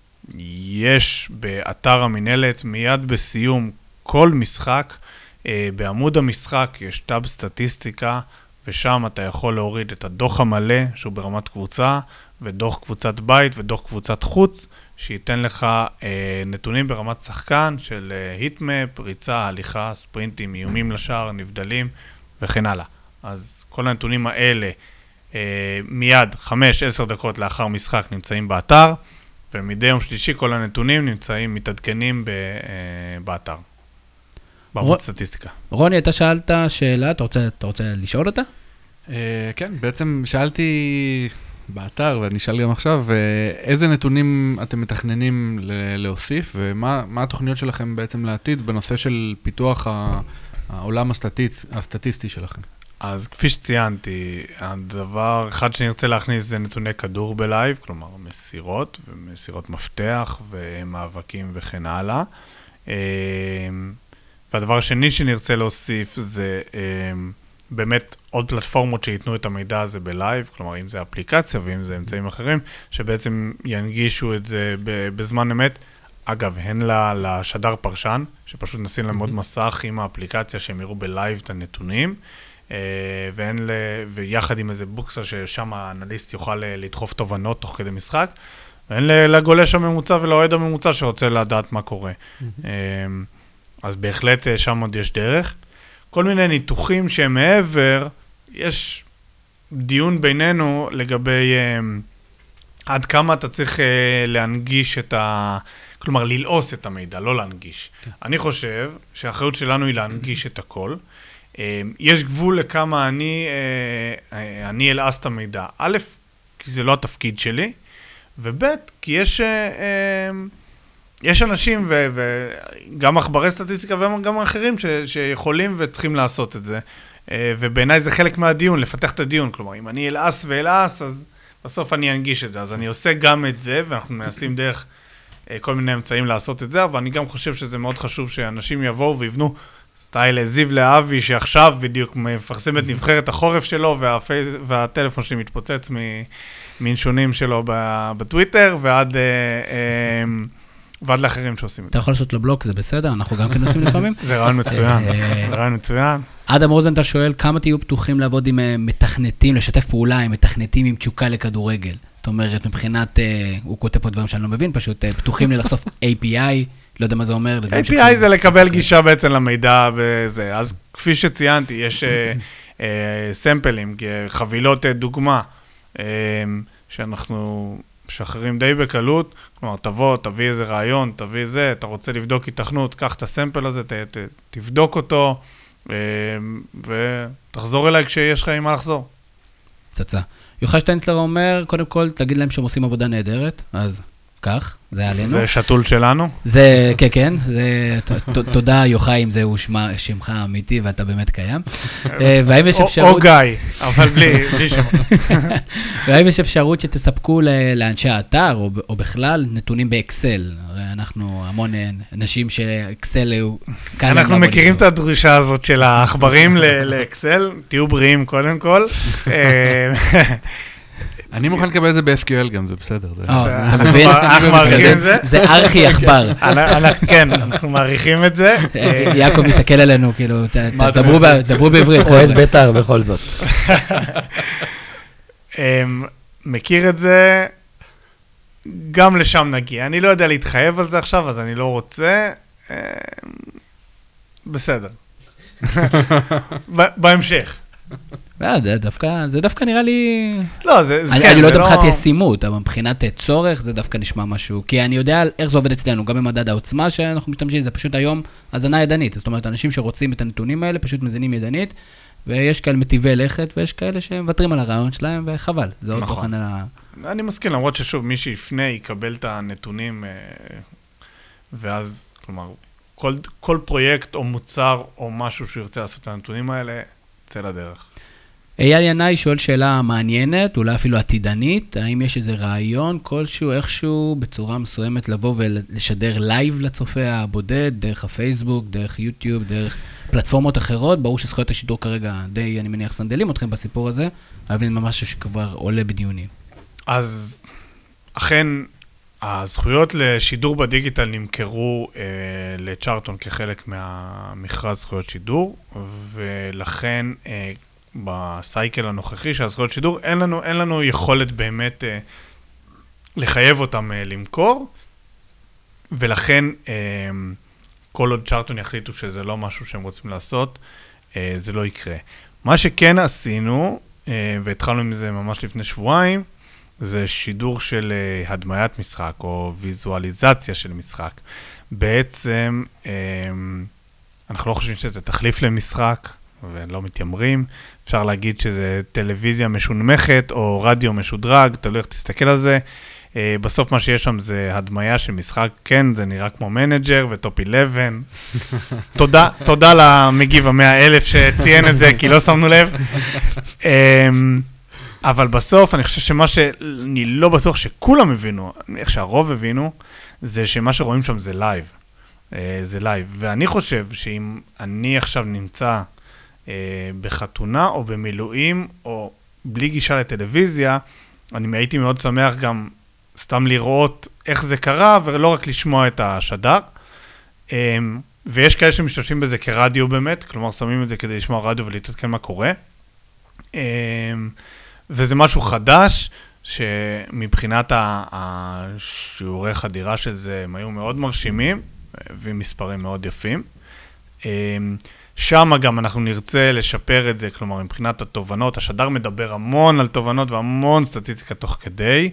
יש באתר המנהלת, מיד בסיום כל משחק, בעמוד המשחק יש טאב סטטיסטיקה, ושם אתה יכול להוריד את הדוח המלא, שהוא ברמת קבוצה, ודוח קבוצת בית ודוח קבוצת חוץ, שייתן לך אה, נתונים ברמת שחקן של אה, היטמפ, ריצה, הליכה, ספרינטים, איומים לשער, נבדלים וכן הלאה. אז כל הנתונים האלה אה, מיד חמש עשר דקות לאחר משחק נמצאים באתר, ומדי יום שלישי כל הנתונים נמצאים, מתעדכנים ב, אה, באתר. בעמוד סטטיסטיקה. רוני, אתה שאלת שאלה, אתה רוצה, אתה רוצה לשאול אותה? כן, בעצם שאלתי באתר, ואני אשאל גם עכשיו, איזה נתונים אתם מתכננים להוסיף, ומה מה התוכניות שלכם בעצם לעתיד בנושא של פיתוח העולם הסטטיסטי שלכם? אז כפי שציינתי, הדבר אחד שאני רוצה להכניס זה נתוני כדור בלייב, כלומר מסירות, ומסירות מפתח, ומאבקים וכן הלאה. והדבר השני שנרצה להוסיף זה באמת עוד פלטפורמות שיתנו את המידע הזה בלייב, כלומר אם זה אפליקציה ואם זה אמצעים אחרים, שבעצם ינגישו את זה בזמן אמת. אגב, הן לשדר פרשן, שפשוט נשים להם עוד מסך עם האפליקציה שהם יראו בלייב את הנתונים, והן ל... ויחד עם איזה בוקסה ששם האנליסט יוכל לדחוף תובנות תוך כדי משחק, והן לגולש הממוצע ולאוהד הממוצע שרוצה לדעת מה קורה. אז בהחלט שם עוד יש דרך. כל מיני ניתוחים שהם מעבר, יש דיון בינינו לגבי uh, עד כמה אתה צריך uh, להנגיש את ה... כלומר, ללעוס את המידע, לא להנגיש. Okay. אני חושב שהאחריות שלנו היא להנגיש את הכל. Uh, יש גבול לכמה אני, uh, אני אלעס את המידע. א', כי זה לא התפקיד שלי, וב', כי יש... Uh, uh, יש אנשים, ו- וגם מחברי סטטיסטיקה וגם אחרים ש- שיכולים וצריכים לעשות את זה. ובעיניי זה חלק מהדיון, לפתח את הדיון. כלומר, אם אני אלעס ואלעס, אז בסוף אני אנגיש את זה. אז אני עושה גם את זה, ואנחנו מנסים דרך כל מיני אמצעים לעשות את זה, אבל אני גם חושב שזה מאוד חשוב שאנשים יבואו ויבנו סטייל זיו להבי, שעכשיו בדיוק מפרסם את נבחרת החורף שלו, והפי... והטלפון שלי מתפוצץ מנשונים שלו בטוויטר, ועד... ועד לאחרים שעושים את זה. אתה יכול לעשות לו בלוק, זה בסדר, אנחנו גם כן עושים לפעמים. זה רעיון מצוין, זה רעיון מצוין. אדם רוזנטל שואל, כמה תהיו פתוחים לעבוד עם מתכנתים, לשתף פעולה עם מתכנתים עם תשוקה לכדורגל? זאת אומרת, מבחינת, הוא כותב פה דברים שאני לא מבין, פשוט פתוחים לי לחשוף איי פי איי, לא יודע מה זה אומר. איי פי איי זה לקבל גישה בעצם למידע וזה. אז כפי שציינתי, יש סמפלים, חבילות דוגמה, שאנחנו... משחררים די בקלות, כלומר, תבוא, תביא איזה רעיון, תביא זה, אתה רוצה לבדוק התכנות, קח את הסמפל הזה, ת, ת, תבדוק אותו, ותחזור אליי כשיש לך עם מה לחזור. פצצה. יוחאי שטיינצלר אומר, קודם כל, תגיד להם שהם עושים עבודה נהדרת, אז כך, זה היה עלינו. זה שתול שלנו? זה, כן, כן, זה, תודה יוחאי אם זהו שמך האמיתי ואתה באמת קיים. והאם יש אפשרות... או גיא, אבל בלי שם. והאם יש אפשרות שתספקו לאנשי האתר, או בכלל, נתונים באקסל? הרי אנחנו המון אנשים שאקסל הוא... אנחנו מכירים את הדרישה הזאת של העכברים לאקסל, תהיו בריאים קודם כל. אני מוכן לקבל את זה ב-אס קיו אל גם, זה בסדר. אתה מבין? אנחנו מעריכים את זה. זה ארכי עכבר. כן, אנחנו מעריכים את זה. יעקב מסתכל עלינו, כאילו, דברו בעברית. אוהד בית"ר בכל זאת. מכיר את זה, גם לשם נגיע. אני לא יודע להתחייב על זה עכשיו, אז אני לא רוצה. בסדר. בהמשך. זה דווקא נראה לי... לא, זה כן. אני לא יודע מבחינת ישימות, אבל מבחינת צורך זה דווקא נשמע משהו. כי אני יודע איך זה עובד אצלנו, גם במדד העוצמה שאנחנו משתמשים, זה פשוט היום הזנה ידנית. זאת אומרת, אנשים שרוצים את הנתונים האלה פשוט מזינים ידנית, ויש כאלה מטיבי לכת, ויש כאלה שמוותרים על הרעיון שלהם, וחבל. זה עוד תוכן על ה... אני מסכים, למרות ששוב, מי שיפנה יקבל את הנתונים, ואז, כלומר, כל, כל פרויקט או מוצר או משהו שהוא ירצה לעשות את הנתונים האלה, יצא לדרך. אייל ינאי שואל שאלה מעניינת, אולי אפילו עתידנית, האם יש איזה רעיון כלשהו, איכשהו, בצורה מסוימת לבוא ולשדר לייב לצופה הבודד, דרך הפייסבוק, דרך יוטיוב, דרך פלטפורמות אחרות, ברור שזכויות השידור כרגע די, אני מניח, סנדלים אתכם בסיפור הזה, אבל זה ממש שכבר עולה בדיונים. אז אכן, הזכויות לשידור בדיגיטל נמכרו אה, לצ'ארטון כחלק מהמכרז זכויות שידור, ולכן אה, בסייקל הנוכחי של הזכויות שידור, אין לנו, אין לנו יכולת באמת אה, לחייב אותם אה, למכור, ולכן אה, כל עוד צ'ארטון יחליטו שזה לא משהו שהם רוצים לעשות, אה, זה לא יקרה. מה שכן עשינו, אה, והתחלנו עם זה ממש לפני שבועיים, זה שידור של uh, הדמיית משחק, או ויזואליזציה של משחק. בעצם, um, אנחנו לא חושבים שזה תחליף למשחק, ולא מתיימרים. אפשר להגיד שזה טלוויזיה משונמכת, או רדיו משודרג, תלוי איך תסתכל על זה. Uh, בסוף מה שיש שם זה הדמיה של משחק, כן, זה נראה כמו מנג'ר וטופ אחת עשרה. תודה, תודה למגיב המאה אלף שציין את זה, כי לא שמנו לב. Um, אבל בסוף, אני חושב שמה שאני לא בטוח שכולם הבינו, איך שהרוב הבינו, זה שמה שרואים שם זה לייב. זה לייב. ואני חושב שאם אני עכשיו נמצא בחתונה או במילואים, או בלי גישה לטלוויזיה, אני הייתי מאוד שמח גם סתם לראות איך זה קרה, ולא רק לשמוע את השדר. ויש כאלה שמשתמשים בזה כרדיו באמת, כלומר שמים את זה כדי לשמוע רדיו ולהתעדכן מה קורה. וזה משהו חדש, שמבחינת השיעורי חדירה של זה, הם היו מאוד מרשימים, ומספרים מאוד יפים. שם גם אנחנו נרצה לשפר את זה, כלומר, מבחינת התובנות, השדר מדבר המון על תובנות והמון סטטיסטיקה תוך כדי,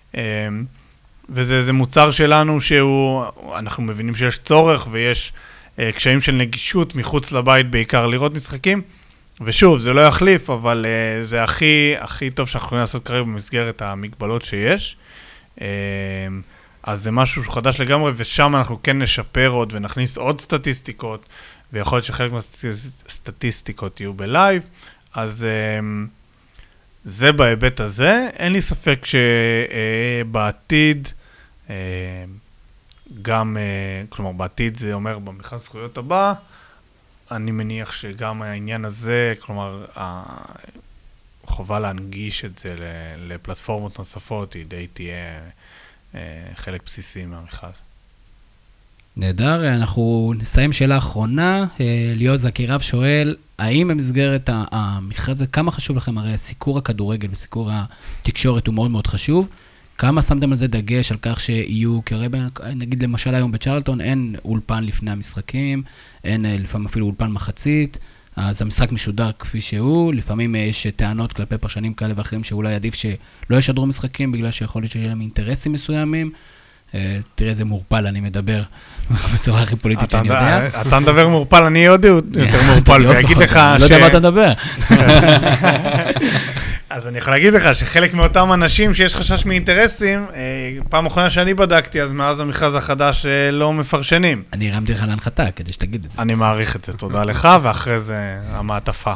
וזה מוצר שלנו שהוא, אנחנו מבינים שיש צורך, ויש קשיים של נגישות מחוץ לבית בעיקר לראות משחקים, ושוב, זה לא יחליף, אבל uh, זה הכי, הכי טוב שאנחנו יכולים לעשות כרגע במסגרת המגבלות שיש. Uh, אז זה משהו חדש לגמרי, ושם אנחנו כן נשפר עוד ונכניס עוד סטטיסטיקות, ויכול להיות שחלק מהסטטיסטיקות יהיו בלייב, אז uh, זה בהיבט הזה. אין לי ספק שבעתיד, uh, גם, uh, כלומר בעתיד זה אומר במכרז זכויות הבא, אני מניח שגם העניין הזה, כלומר, החובה להנגיש את זה לפלטפורמות נוספות, היא די תהיה חלק בסיסי מהמכרז. נהדר, אנחנו נסיים שאלה אחרונה. ליאור זקירב שואל, האם במסגרת המכרז, כמה חשוב לכם? הרי סיקור הכדורגל וסיקור התקשורת הוא מאוד מאוד חשוב. כמה שמתם על זה דגש על כך שיהיו, כי הרי נגיד למשל היום בצ'רלטון אין אולפן לפני המשחקים, אין לפעמים אפילו אולפן מחצית, אז המשחק משודר כפי שהוא, לפעמים יש טענות כלפי פרשנים כאלה ואחרים שאולי עדיף שלא ישדרו משחקים בגלל שיכול להיות שיש להם אינטרסים מסוימים. תראה איזה מורפל אני מדבר בצורה הכי פוליטית שאני יודע. אתה מדבר מורפל, אני עוד יותר מורפל, ואגיד לך ש... לא יודע מה אתה מדבר. אז אני יכול להגיד לך שחלק מאותם אנשים שיש חשש מאינטרסים, פעם אחרונה שאני בדקתי, אז מאז המכרז החדש לא מפרשנים. אני הרמתי לך להנחתה כדי שתגיד את זה. אני מעריך את זה, תודה לך, ואחרי זה המעטפה.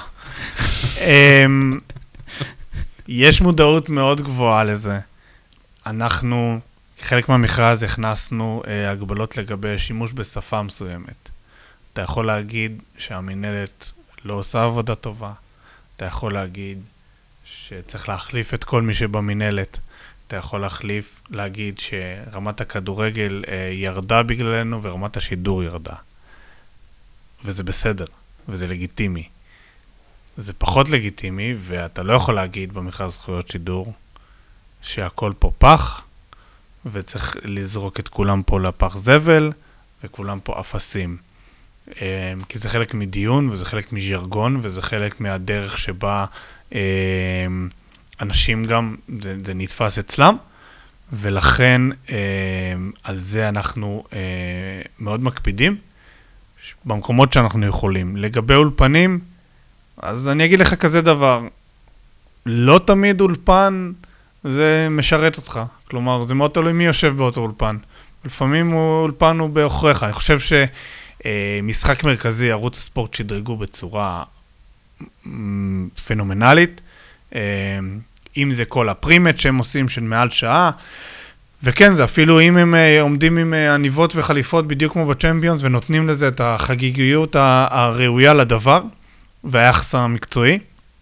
יש מודעות מאוד גבוהה לזה. אנחנו, כחלק מהמכרז, הכנסנו הגבלות לגבי שימוש בשפה מסוימת. אתה יכול להגיד שהמנהלת לא עושה עבודה טובה. אתה יכול להגיד שצריך להחליף את כל מי שבמנהלת. אתה יכול להחליף, להגיד שרמת הכדורגל ירדה בגללנו ורמת השידור ירדה. וזה בסדר, וזה לגיטימי. זה פחות לגיטימי, ואתה לא יכול להגיד במכרז זכויות שידור שהכל פה פח, וצריך לזרוק את כולם פה לפח זבל, וכולם פה אפסים. כי זה חלק מדיון, וזה חלק מז'רגון, וזה חלק מהדרך שבה אנשים גם, זה, זה נתפס אצלם, ולכן על זה אנחנו מאוד מקפידים, במקומות שאנחנו יכולים. לגבי אולפנים, אז אני אגיד לך כזה דבר, לא תמיד אולפן זה משרת אותך. כלומר, זה מאוד תלוי מי יושב באותו אולפן. לפעמים אולפן הוא באוכריך. אני חושב שמשחק מרכזי, ערוץ הספורט שדרגו בצורה פנומנלית. אם זה כל הפרימט שהם עושים של מעל שעה, וכן, זה אפילו אם הם עומדים עם עניבות וחליפות בדיוק כמו בצ'מפיונס, ונותנים לזה את החגיגיות הראויה לדבר, והיחס המקצועי,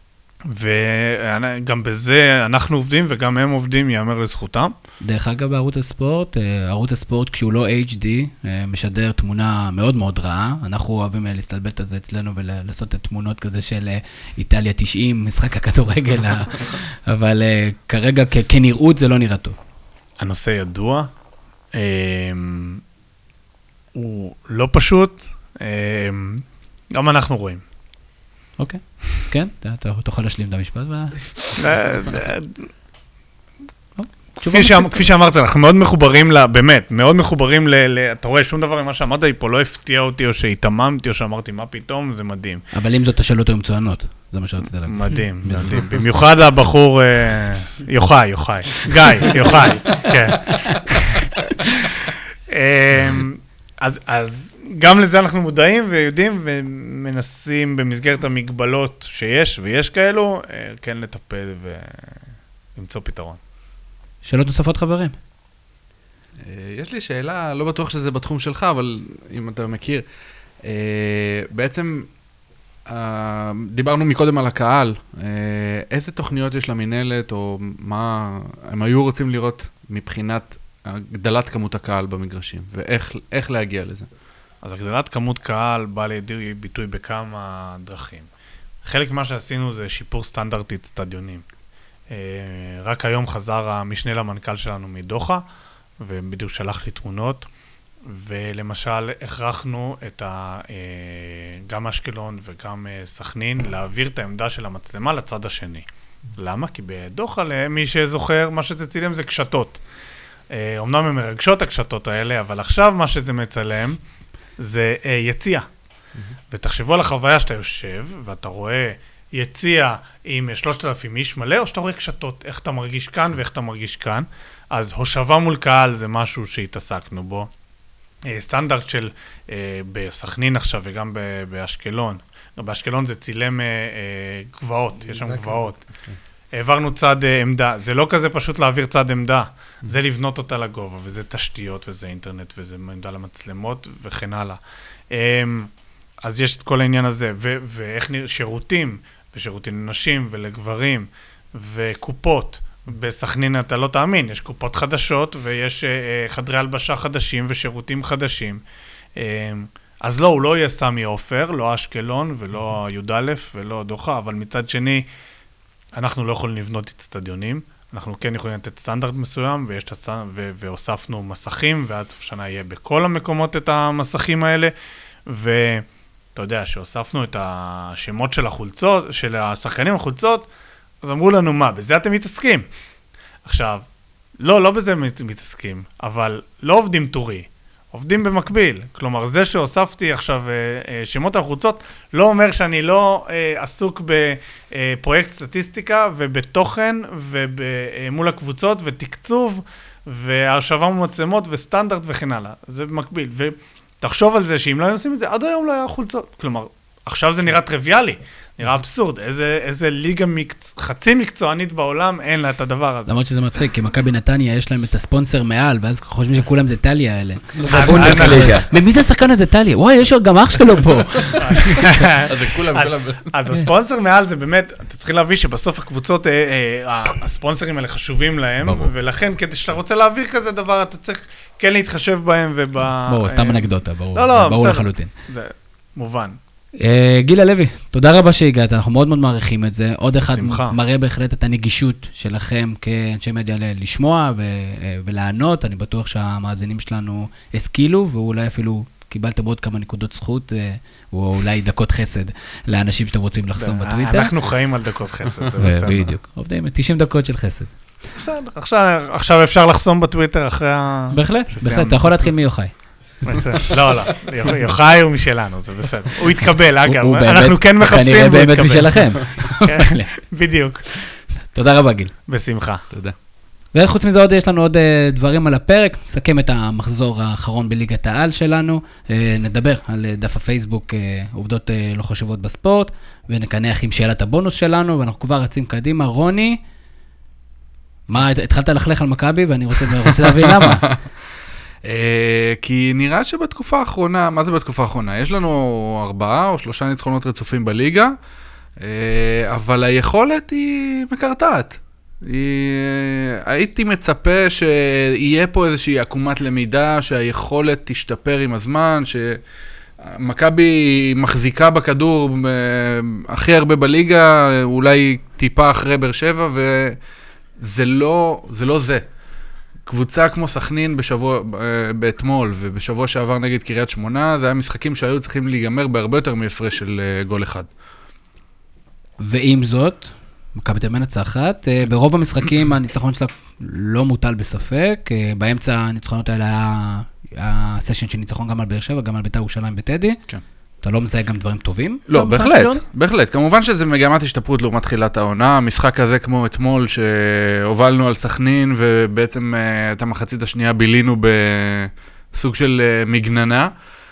וגם בזה אנחנו עובדים, וגם הם עובדים, יאמר לזכותם. דרך אגב, בערוץ הספורט, ערוץ הספורט כשהוא לא אייץ' די, משדר תמונה מאוד מאוד רעה. אנחנו אוהבים להסתלבט על זה אצלנו, ולעשות את תמונות כזה של איטליה תשעים, משחק הכדורגל, אבל כרגע כנראות זה לא נראה טוב. הנושא ידוע, הוא לא פשוט, גם אנחנו רואים. אוקיי, כן, אתה תוכל להשלים את המשפט. כפי שאמרת, אנחנו מאוד מחוברים, באמת, מאוד מחוברים, אתה רואה, שום דבר ממה שאמרת לי פה לא הפתיע אותי, או שהתאממתי, או שאמרתי, מה פתאום, זה מדהים. אבל אם זאת השאלות היו מצוינות, זה מה שרציתי להגיד. מדהים, מדהים. במיוחד הבחור, יוחאי, יוחאי, גיא, יוחאי, כן. אז גם לזה אנחנו מודעים ויודעים ומנסים במסגרת המגבלות שיש, ויש כאלו, כן לטפל ולמצוא פתרון. שאלות נוספות, חברים? יש לי שאלה, לא בטוח שזה בתחום שלך, אבל אם אתה מכיר, בעצם דיברנו מקודם על הקהל, איזה תוכניות יש למנהלת, או מה הם היו רוצים לראות מבחינת הגדלת כמות הקהל במגרשים, ואיך להגיע לזה? אז הגדלת כמות קהל באה לידי ביטוי בכמה דרכים. חלק מה שעשינו זה שיפור סטנדרטי אצטדיונים. רק היום חזר המשנה למנכ"ל שלנו מדוחה, ובדיוק שלח לי תמונות, ולמשל הכרחנו את ה, גם אשקלון וגם סכנין להעביר את העמדה של המצלמה לצד השני. למה? כי בדוחה, למי שזוכר, מה שזה צילם זה קשתות. אומנם הם מרגשות הקשתות האלה, אבל עכשיו מה שזה מצלם זה יציאה. ותחשבו על החוויה שאתה יושב, ואתה רואה יציאה עם שלושת אלפים איש מלא, או שאתה רואה קשתות, איך אתה מרגיש כאן ואיך אתה מרגיש כאן. אז הושבה מול קהל זה משהו שהתעסקנו בו. סטנדרט של בסכנין עכשיו וגם באשקלון. באשקלון זה צילם גבעות, יש שם גבעות. העברנו צד עמדה, זה לא כזה פשוט להעביר צד עמדה, זה לבנות אותה לגובה, וזה תשתיות, וזה אינטרנט, וזה עמדה למצלמות, וכן הלאה. אז יש את כל העניין הזה, ואיך נראה, שירותים, ושירותים לנשים ולגברים, וקופות, בסכנין אתה לא תאמין, יש קופות חדשות, ויש חדרי הלבשה חדשים, ושירותים חדשים. אז לא, הוא לא יהיה סמי עופר, לא אשקלון, ולא י"א, ולא דוחה, אבל מצד שני, אנחנו לא יכולים לבנות אצטדיונים, אנחנו כן יכולים לתת סטנדרט מסוים, ויש את הסטנדרט, והוספנו מסכים, ועד סוף שנה יהיה בכל המקומות את המסכים האלה, ואתה יודע, שהוספנו את השמות של החולצות, של השחקנים החולצות, אז אמרו לנו, מה, בזה אתם מתעסקים? עכשיו, לא, לא בזה מתעסקים, אבל לא עובדים טורי. עובדים במקביל. כלומר, זה שהוספתי עכשיו שמות החוצות, לא אומר שאני לא עסוק בפרויקט סטטיסטיקה ובתוכן ומול הקבוצות ותקצוב והרשבה ממצלמות וסטנדרט וכן הלאה. זה במקביל. ותחשוב על זה שאם לא היו עושים את זה, עד היום לא היה חולצות. כלומר, עכשיו זה נראה טריוויאלי, נראה אבסורד, איזה, איזה ליגה מקצ... חצי מקצוענית בעולם אין לה את הדבר הזה. למרות שזה מצחיק, כי מכבי נתניה יש להם את הספונסר מעל, ואז חושבים שכולם זה טליה האלה. ומי זה השחקן הזה טליה? וואי, יש גם אח שלו פה. אז זה כולם, כולם. אז הספונסר מעל זה באמת, אתה צריך להביא שבסוף הקבוצות, הספונסרים האלה חשובים להם, ולכן כדי שאתה רוצה להעביר כזה דבר, אתה צריך כן להתחשב בהם וב... ברור, סתם אנקדוטה, ברור. לא, לא, ברור לחלוטין. זה מובן. גילה לוי, תודה רבה שהגעת, אנחנו מאוד מאוד מעריכים את זה. עוד אחד מראה בהחלט את הנגישות שלכם כאנשי מדיה לשמוע ולענות. אני בטוח שהמאזינים שלנו השכילו, ואולי אפילו קיבלתם עוד כמה נקודות זכות, או אולי דקות חסד לאנשים שאתם רוצים לחסום בטוויטר. אנחנו חיים על דקות חסד, זה בסדר. בדיוק, עובדים תשעים דקות של חסד. בסדר, עכשיו אפשר לחסום בטוויטר אחרי ה... בהחלט, בהחלט, אתה יכול להתחיל מיוחאי. לא, לא, יוחאי הוא משלנו, זה בסדר. הוא יתקבל, אגב, אנחנו כן מחפשים כנראה באמת משלכם. בדיוק. תודה רבה, גיל. בשמחה. תודה. וחוץ מזה עוד יש לנו עוד דברים על הפרק, נסכם את המחזור האחרון בליגת העל שלנו, נדבר על דף הפייסבוק עובדות לא חשובות בספורט, ונקנח עם שאלת הבונוס שלנו, ואנחנו כבר רצים קדימה. רוני, מה, התחלת לחלך על מכבי, ואני רוצה להבין למה. כי נראה שבתקופה האחרונה, מה זה בתקופה האחרונה? יש לנו ארבעה או שלושה ניצחונות רצופים בליגה, אבל היכולת היא מקרטעת. הייתי מצפה שיהיה פה איזושהי עקומת למידה, שהיכולת תשתפר עם הזמן, שמכבי מחזיקה בכדור הכי הרבה בליגה, אולי טיפה אחרי באר שבע, וזה לא, זה לא זה. קבוצה כמו סכנין בשבוע, באתמול ובשבוע שעבר נגד קריית שמונה, זה היה משחקים שהיו צריכים להיגמר בהרבה יותר מהפרש של גול אחד. ועם זאת, מכבי תל אביב מנצחת, ברוב המשחקים הניצחון שלה לא מוטל בספק, באמצע הניצחונות האלה היה הסשן של ניצחון גם על באר שבע, גם על בית"ר ירושלים וטדי. כן. אתה לא מזהה גם דברים טובים? לא, בהחלט, בהחלט. כמובן שזה מגמת השתפרות לעומת תחילת העונה. המשחק הזה כמו אתמול שהובלנו על סכנין, ובעצם את המחצית השנייה בילינו בסוג של מגננה.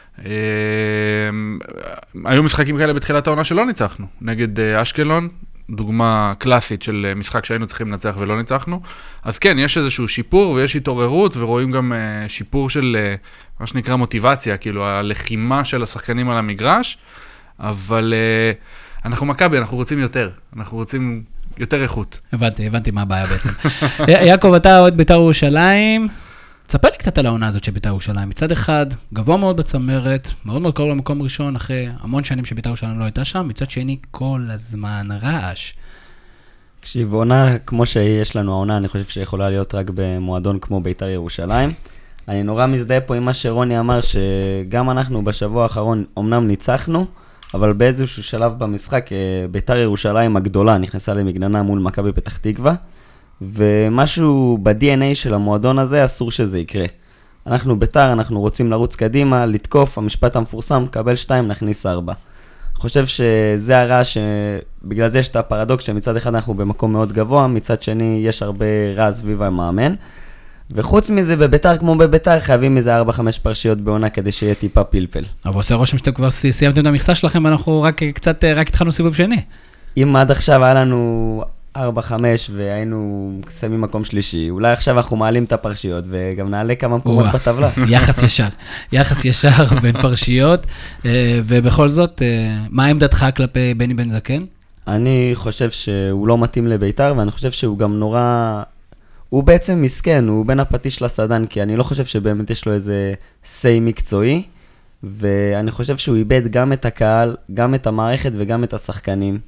היו משחקים כאלה בתחילת העונה שלא ניצחנו. נגד אשקלון, דוגמה קלאסית של משחק שהיינו צריכים לנצח ולא ניצחנו. אז כן, יש איזשהו שיפור ויש התעוררות, ורואים גם שיפור של מה שנקרא מוטיבציה, כאילו הלחימה של השחקנים על המגרש, אבל אנחנו מכבי, אנחנו רוצים יותר, אנחנו רוצים יותר איכות. הבנתי, הבנתי מה הבעיה בעצם. יעקב, אתה עוד בית"ר ירושלים, תספר לי קצת על העונה הזאת של בית"ר ירושלים. מצד אחד, גבוה מאוד בצמרת, מאוד מאוד קרוב למקום ראשון, אחרי המון שנים שבית"ר ירושלים לא הייתה שם, מצד שני כל הזמן רעש. תקשיב, עונה כמו שיש לנו העונה, אני חושב שיכולה להיות רק במועדון כמו בית"ר ירושלים. אני נורא מזדהה פה עם מה שרוני אמר, שגם אנחנו בשבוע האחרון אומנם ניצחנו, אבל באיזשהו שלב במשחק, בית"ר ירושלים הגדולה נכנסה למגננה מול מכבי פתח תקווה, ומשהו ב-די אן איי של המועדון הזה אסור שזה יקרה. אנחנו בית"ר, אנחנו רוצים לרוץ קדימה, לתקוף, המשפט המפורסם, קבל שתיים, נכניס ארבע. אני חושב שזה הרע שבגלל זה יש את הפרדוקס שמצד אחד אנחנו במקום מאוד גבוה, מצד שני יש הרבה רע סביב המאמן. וחוץ מזה, בביתר כמו בביתר, חייבים איזה ארבע חמש פרשיות בעונה כדי שיהיה טיפה פלפל. אבל עושה רושם שאתם כבר סיימתם את המכסה שלכם, ואנחנו רק קצת, רק התחלנו סיבוב שני. אם עד עכשיו היה לנו ארבע חמש והיינו שמים מקום שלישי, אולי עכשיו אנחנו מעלים את הפרשיות וגם נעלה כמה מקומות בטבלה. יחס ישר, יחס ישר בין פרשיות, ובכל זאת, מה עמדתך כלפי בני בן זקן? אני חושב שהוא לא מתאים לביתר, ואני חושב שהוא גם נורא... הוא בעצם מסכן, הוא בין הפטיש לסדן, כי אני לא חושב שבאמת יש לו איזה סי מקצועי, ואני חושב שהוא איבד גם את הקהל, גם את המערכת וגם את השחקנים.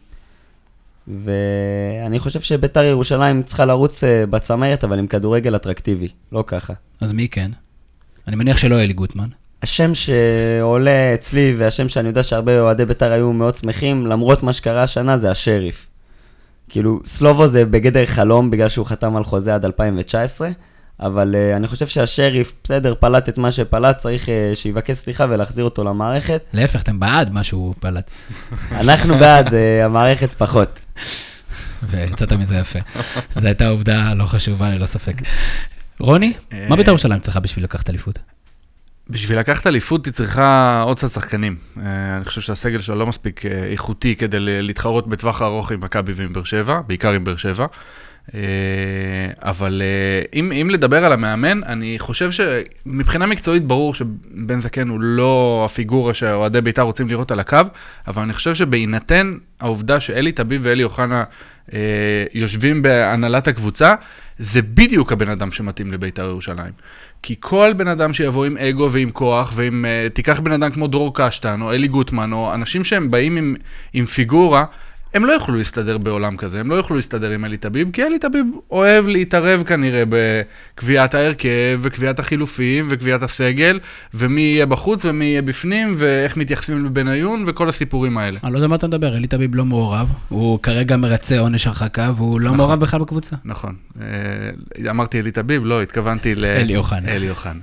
ואני חושב שביתר ירושלים צריכה לרוץ בצמרת, אבל עם כדורגל אטרקטיבי, לא ככה. אז מי כן? אני מניח שלא אלי גוטמן. השם שעולה אצלי, והשם שאני יודע שהרבה אוהדי ביתר היו מאוד שמחים, למרות מה שקרה השנה, זה השריף. כאילו, סלובו זה בגדר חלום, בגלל שהוא חתם על חוזה עד אלפיים תשע עשרה, אבל uh, אני חושב שהשריף, בסדר, פלט את מה שפלט, צריך uh, שיבקש סליחה ולהחזיר אותו למערכת. להפך, אתם בעד מה שהוא פלט. אנחנו בעד, uh, המערכת פחות. ויצאת מזה יפה. זו הייתה עובדה לא חשובה, ללא ספק. רוני, מה בית"ר ירושלים צריכה בשביל לקחת אליפות? בשביל לקחת אליפות היא צריכה עוד קצת שחקנים. אני חושב שהסגל שלה לא מספיק איכותי כדי להתחרות בטווח הארוך עם מכבי ועם באר שבע, בעיקר עם באר שבע. אבל אם, אם לדבר על המאמן, אני חושב שמבחינה מקצועית ברור שבן זקן הוא לא הפיגורה שאוהדי בית"ר רוצים לראות על הקו, אבל אני חושב שבהינתן העובדה שאלי טביב ואלי אוחנה יושבים בהנהלת הקבוצה, זה בדיוק הבן אדם שמתאים לבית"ר ירושלים. כי כל בן אדם שיבוא עם אגו ועם כוח, ועם, תיקח בן אדם כמו דרור קשטן, או אלי גוטמן, או אנשים שהם באים עם, עם פיגורה, הם לא יוכלו להסתדר בעולם כזה, הם לא יוכלו להסתדר עם אלי טביב, כי אלי טביב אוהב להתערב כנראה בקביעת ההרכב, וקביעת החילופים, וקביעת הסגל, ומי יהיה בחוץ ומי יהיה בפנים, ואיך מתייחסים לבניון, וכל הסיפורים האלה. אני לא יודע מה אתה מדבר, אלי טביב לא מעורב, הוא כרגע מרצה עונש הרחקה, והוא לא מעורב בכלל בקבוצה. נכון. אמרתי אלי טביב, לא, התכוונתי לאלי אוחנה. אלי אוחנה.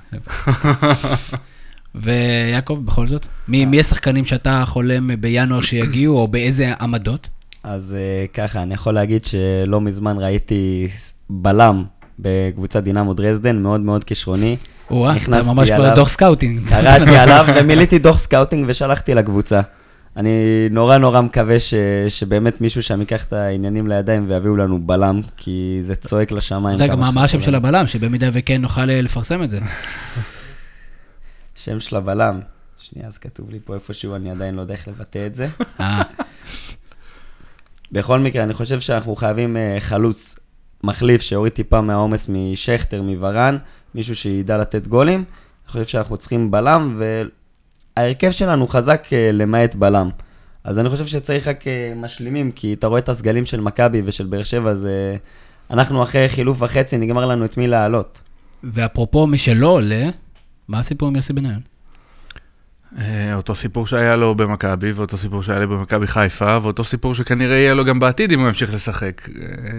ויעקב, בכל זאת, מי מי השחקנים שאתה חולם בינואר שיגיעו, או באיזה עמדות? אז uh, ככה, אני יכול להגיד שלא מזמן ראיתי בלם בקבוצת דינמו דרזדן, מאוד מאוד כישרוני. וואה, אתה ממש כבר דוח סקאוטינג. קראתי עליו ומיליתי דוח סקאוטינג ושלחתי לקבוצה. אני נורא נורא מקווה ש, שבאמת מישהו שם ייקח את העניינים לידיים ויביאו לנו בלם, כי זה צועק לשמיים. רגע, מה השם של הבלם? שבמידה וכן נוכל לפרסם את זה. שם של הבלם. שנייה, אז כתוב לי פה איפשהו, אני עדיין לא יודע איך לבטא את זה. בכל מקרה, אני חושב שאנחנו חייבים חלוץ מחליף שהוריד טיפה מהעומס משכתר, מוורן, מישהו שידע לתת גולים. אני חושב שאנחנו צריכים בלם, וההרכב שלנו חזק למעט בלם. אז אני חושב שצריך רק משלימים, כי אתה רואה את הסגלים של מכבי ושל באר שבע, זה... אנחנו אחרי חילוף וחצי, נגמר לנו את מי לעלות. ואפרופו מי שלא עולה, מה הסיפור עם יוסי בניון? אותו סיפור שהיה לו במכבי, ואותו סיפור שהיה לו במכבי חיפה, ואותו סיפור שכנראה יהיה לו גם בעתיד אם הוא ימשיך לשחק.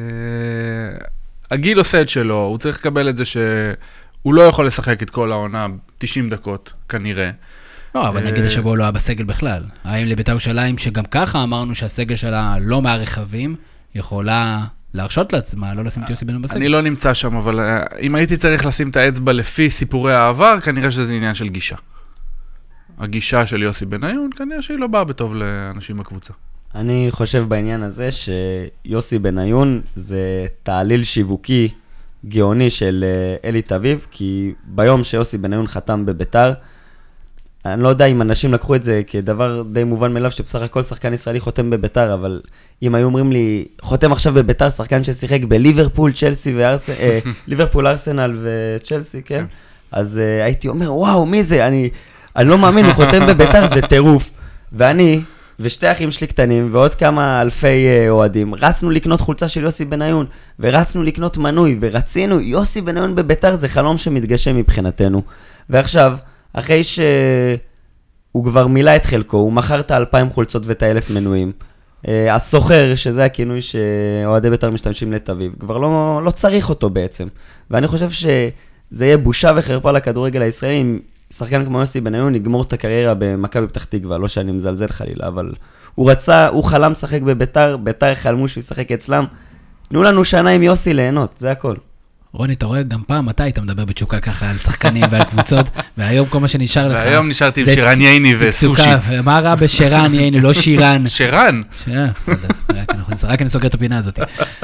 הגיל עושה את שלו, הוא צריך לקבל את זה שהוא לא יכול לשחק את כל העונה תשעים דקות, כנראה. לא, אבל נגיד השבוע לא היה בסגל בכלל. האם לבית"ר ירושלים, שגם ככה אמרנו שהסגל שלה לא מהרחבים, יכולה להרשות לעצמה, לא לשים את יוסי בניון בסגל? אני לא נמצא שם, אבל אם הייתי צריך לשים את האצבע לפי סיפורי העבר, כנראה שזה עניין של גישה. הגישה של יוסי בניון, כנראה שהיא לא באה בטוב לאנשים בקבוצה. אני חושב בעניין הזה שיוסי בניון זה תעליל שיווקי גאוני של אלי טביב, כי ביום שיוסי בניון חתם בביתר, אני לא יודע אם אנשים לקחו את זה כדבר די מובן מאליו, שבסך הכל שחקן ישראלי חותם בביתר, אבל אם היו אומרים לי, חותם עכשיו בביתר, שחקן ששיחק בליברפול, צ'לסי וארסנל, אה, ליברפול, ארסנל וצ'לסי, כן? אז אה, הייתי אומר, וואו, מי זה? אני, אני לא מאמין, הוא חותם בביתר, זה טירוף. ואני ושתי אחים שלי קטנים ועוד כמה אלפי אה, אוהדים, רצנו לקנות חולצה של יוסי בניון, ורצנו לקנות מנוי, ורצינו, יוסי בניון בביתר זה חלום שמתגשם מבחינתנו. ועכשיו, אחרי שהוא כבר מילא את חלקו, הוא מכר את האלפיים חולצות ואת האלף מנויים. הסוחר, שזה הכינוי שאוהדי בית"ר משתמשים לתביב, כבר לא, לא צריך אותו בעצם. ואני חושב שזה יהיה בושה וחרפה לכדורגל הישראלי, אם שחקן כמו יוסי בניון יגמור את הקריירה במכבי פתח תקווה, לא שאני מזלזל חלילה, אבל הוא רצה, הוא חלם לשחק בבית"ר, בית"ר חלמו שהוא ישחק אצלם. תנו לנו שנה עם יוסי ליהנות, זה הכל. רוני, אתה רואה, גם פעם אתה היית מדבר בתשוקה ככה על שחקנים ועל קבוצות, והיום כל מה שנשאר לך... והיום נשארתי עם שירן ייני וסושיץ. מה רע בשירן ייני, לא שירן? שירן? שירן, בסדר, רק אני סוגר את הפינה הזאת.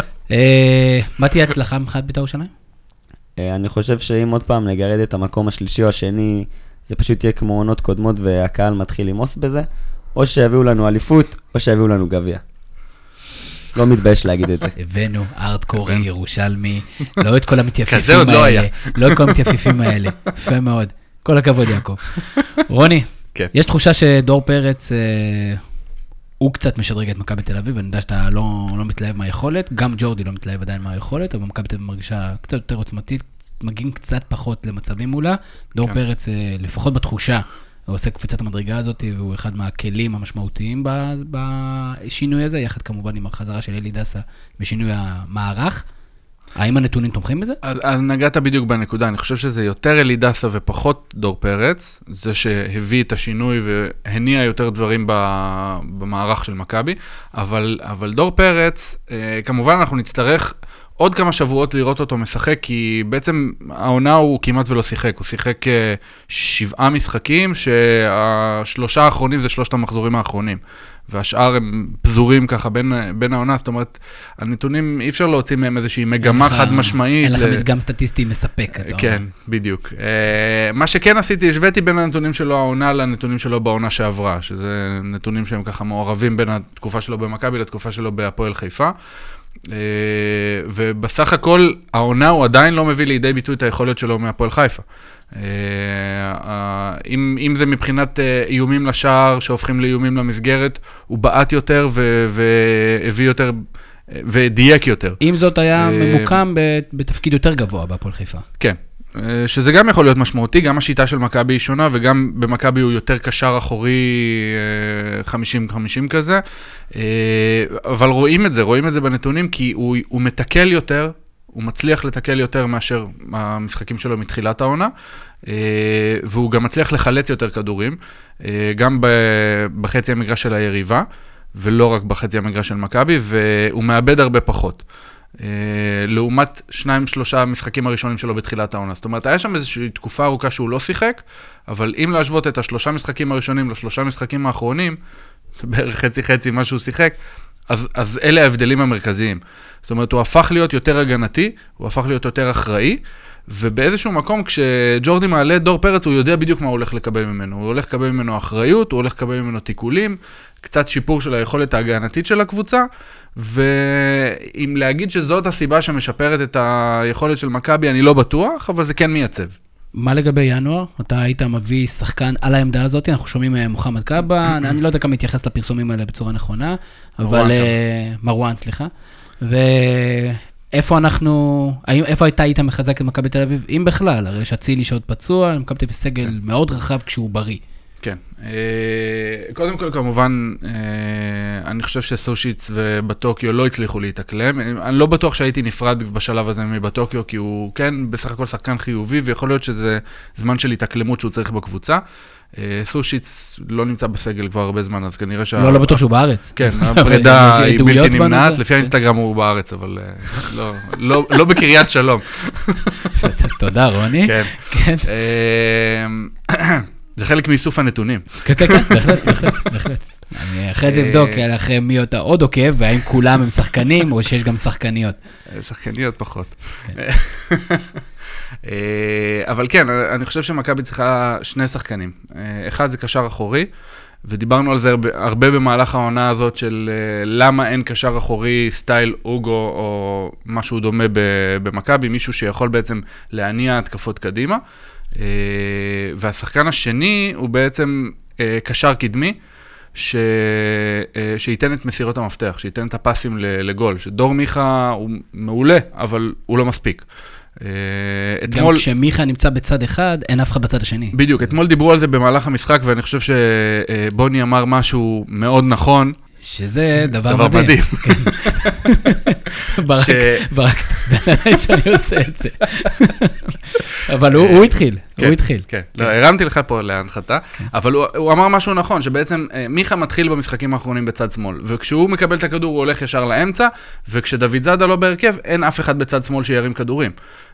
מה תהיה הצלחה מבחינת בית"ר ירושלים? אני חושב שאם עוד פעם נגרד את המקום השלישי או השני, זה פשוט יהיה כמו עונות קודמות והקהל מתחיל למוס בזה, או שיביאו לנו אליפות, או שיביאו לנו גביע. לא מתבייש להגיד את זה. הבאנו ארטקורי, ירושלמי, לא את כל המתייפיפים האלה. לא את כל המתייפיפים האלה. יפה מאוד. כל הכבוד, יעקב. רוני, יש תחושה שדור פרץ, הוא קצת משדרג את מכבי תל אביב, ואני יודע שאתה לא מתלהב מהיכולת, גם ג'ורדי לא מתלהב עדיין מהיכולת, אבל מכבי תל אביב מרגישה קצת יותר עוצמתית, מגיעים קצת פחות למצבים מולה. דור פרץ, לפחות בתחושה, הוא עושה קפיצת המדרגה הזאת, והוא אחד מהכלים המשמעותיים בשינוי הזה, יחד כמובן עם החזרה של אלי דסה בשינוי המערך. האם הנתונים תומכים בזה? אז, אז נגעת בדיוק בנקודה, אני חושב שזה יותר אלי דסה ופחות דור פרץ, זה שהביא את השינוי והניע יותר דברים במערך של מכבי, אבל, אבל דור פרץ, כמובן אנחנו נצטרך עוד כמה שבועות לראות אותו משחק, כי בעצם העונה הוא כמעט ולא שיחק, הוא שיחק שבעה משחקים, שהשלושה האחרונים זה שלושת המחזורים האחרונים, והשאר הם פזורים ככה בין, בין העונה, זאת אומרת, הנתונים אי אפשר להוציא מהם איזושהי מגמה חד משמעית. אין לך מדגם סטטיסטי מספק. כן, בדיוק. מה שכן עשיתי, השוויתי בין הנתונים שלו העונה לנתונים שלו בעונה שעברה, שזה נתונים שהם ככה מעורבים בין התקופה שלו במכבי לתקופה שלו בהפועל חיפה. ובסך הכל העונה הוא עדיין לא מביא לידי ביטוי את היכולת שלו מהפועל חיפה. אם, אם זה מבחינת איומים לשער שהופכים לאיומים למסגרת, הוא בעט יותר והביא יותר ודייק יותר. אם זאת היה ממוקם בתפקיד יותר גבוה בהפועל חיפה. כן. שזה גם יכול להיות משמעותי, גם השיטה של מכבי היא שונה, וגם במכבי הוא יותר קשר אחורי חמישים חמישים כזה, אבל רואים את זה, רואים את זה בנתונים, כי הוא, הוא מתקל יותר, הוא מצליח לתקל יותר מאשר המשחקים שלו מתחילת העונה, והוא גם מצליח לחלץ יותר כדורים, גם בחצי המגרש של היריבה, ולא רק בחצי המגרש של מכבי, והוא מאבד הרבה פחות. לעומת שניים, שלושה משחקים הראשונים שלו בתחילת העונה. זאת אומרת, היה שם איזושהי תקופה ארוכה שהוא לא שיחק, אבל אם להשוות את השלושה משחקים הראשונים לשלושה משחקים האחרונים, בערך חצי חצי מה שהוא שיחק, אז, אז אלה ההבדלים המרכזיים. זאת אומרת, הוא הפך להיות יותר הגנתי, הוא הפך להיות יותר אחראי, ובאיזשהו מקום, כשג'ורדי מעלה דור פרץ, הוא יודע בדיוק מה הוא הולך לקבל ממנו. הוא הולך לקבל ממנו אחריות, הוא הולך לקבל ממנו תיקולים, קצת שיפור של היכולת ההגנתית של הקבוצה, ואם להגיד שזאת הסיבה שמשפרת את היכולת של מכבי, אני לא בטוח, אבל זה כן מייצב. מה לגבי ינואר? אתה היית מביא שחקן על העמדה הזאת, אנחנו שומעים מוחמד קאבה, אני לא יודע כמה מתייחס לפרסומים האלה בצורה נכונה, אבל מרואן, סליחה. ואיפה אנחנו, איפה הייתה היית מחזק את מכבי תל אביב? אם בכלל, הרי שצילי שעוד פצוע, מכבי בסגל מאוד רחב כשהוא בריא. כן. קודם כל, כמובן, אני חושב שסושיץ ובטוקיו לא הצליחו להתאקלם. אני לא בטוח שהייתי נפרד בשלב הזה מבטוקיו, כי הוא כן בסך הכל שחקן חיובי, ויכול להיות שזה זמן של התאקלמות שהוא צריך בקבוצה. סושיץ לא נמצא בסגל כבר הרבה זמן, אז כנראה שה... לא, לא בטוח שהוא בארץ. כן, הפרידה היא בלתי נמנעת, לפי האינסטגרם הוא בארץ, אבל לא בקריית שלום. תודה, רוני. כן. זה חלק מאיסוף הנתונים. כן, כן, כן, בהחלט, בהחלט, בהחלט. אני אחרי זה אבדוק, אחרי מי אתה עוד עוקב, והאם כולם הם שחקנים, או שיש גם שחקניות. שחקניות פחות. אבל כן, אני חושב שמכבי צריכה שני שחקנים. אחד זה קשר אחורי, ודיברנו על זה הרבה במהלך העונה הזאת של למה אין קשר אחורי סטייל אוגו או משהו דומה במכבי, מישהו שיכול בעצם להניע התקפות קדימה. והשחקן השני הוא בעצם קשר קדמי, ש... שייתן את מסירות המפתח, שייתן את הפסים לגול, שדור מיכה הוא מעולה, אבל הוא לא מספיק. גם כשמיכה נמצא בצד אחד, אין אף אחד בצד השני. בדיוק, אתמול דיברו על זה במהלך המשחק, ואני חושב שבוני אמר משהו מאוד נכון, שזה דבר מדהים. ברק תצבן עליי שאני עושה את זה. אבל הוא התחיל, הוא התחיל. כן, לא, הרמתי לך פה להנחתה, אבל הוא אמר משהו נכון, שבעצם מיכה מתחיל במשחקים האחרונים בצד שמאל, וכשהוא מקבל את הכדור הוא הולך ישר לאמצע, וכשדוד זאדה לא בהרכב, אין אף אחד בצד שמאל שירים כדורים.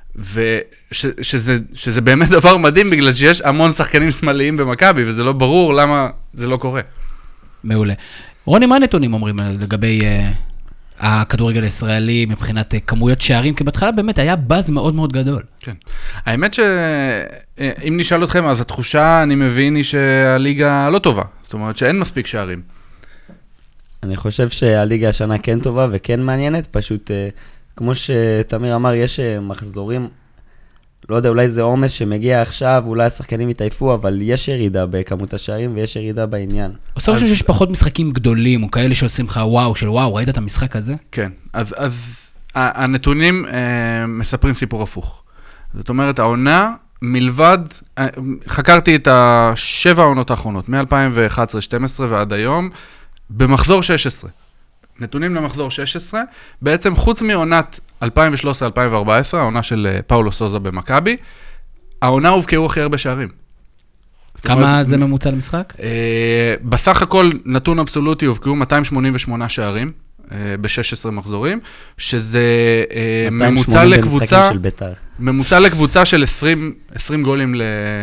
ושזה באמת דבר מדהים, בגלל שיש המון שחקנים שמאליים במכבי, וזה לא ברור למה זה לא קורה. מעולה. רוני, מה הנתונים אומרים לגבי הכדורגל הישראלי מבחינת כמויות שערים? כי בהתחלה באמת היה באז מאוד מאוד גדול. כן. האמת שאם נשאל אתכם, אז התחושה, אני מבין, היא שהליגה לא טובה. זאת אומרת שאין מספיק שערים. אני חושב שהליגה השנה כן טובה וכן מעניינת, פשוט כמו שתמיר אמר, יש מחזורים, לא יודע, אולי זה עומס שמגיע עכשיו, אולי השחקנים יתעייפו, אבל יש ירידה בכמות השערים ויש ירידה בעניין. עושה חושב שיש פחות משחקים גדולים, או כאלה שעושים לך וואו, של וואו, ראית את המשחק הזה? כן, אז, אז הנתונים אה, מספרים סיפור הפוך. זאת אומרת, העונה מלבד, אה, חקרתי את השבע העונות האחרונות, מ-אלפיים ואחת עשרה שתים עשרה ועד היום, במחזור שש עשרה. נתונים למחזור שש עשרה, בעצם חוץ מעונת אלפיים ושלוש עשרה אלפיים וארבע עשרה, העונה של פאולו סוזה במכבי, העונה הובקעו הכי הרבה שערים. כמה זה ממוצע למשחק? בסך הכל נתון אבסולוטי הובקעו מאתיים שמונים ושמונה שערים ב-שש עשרה מחזורים, שזה ממוצע לקבוצה, ממוצע לקבוצה של עשרים גולים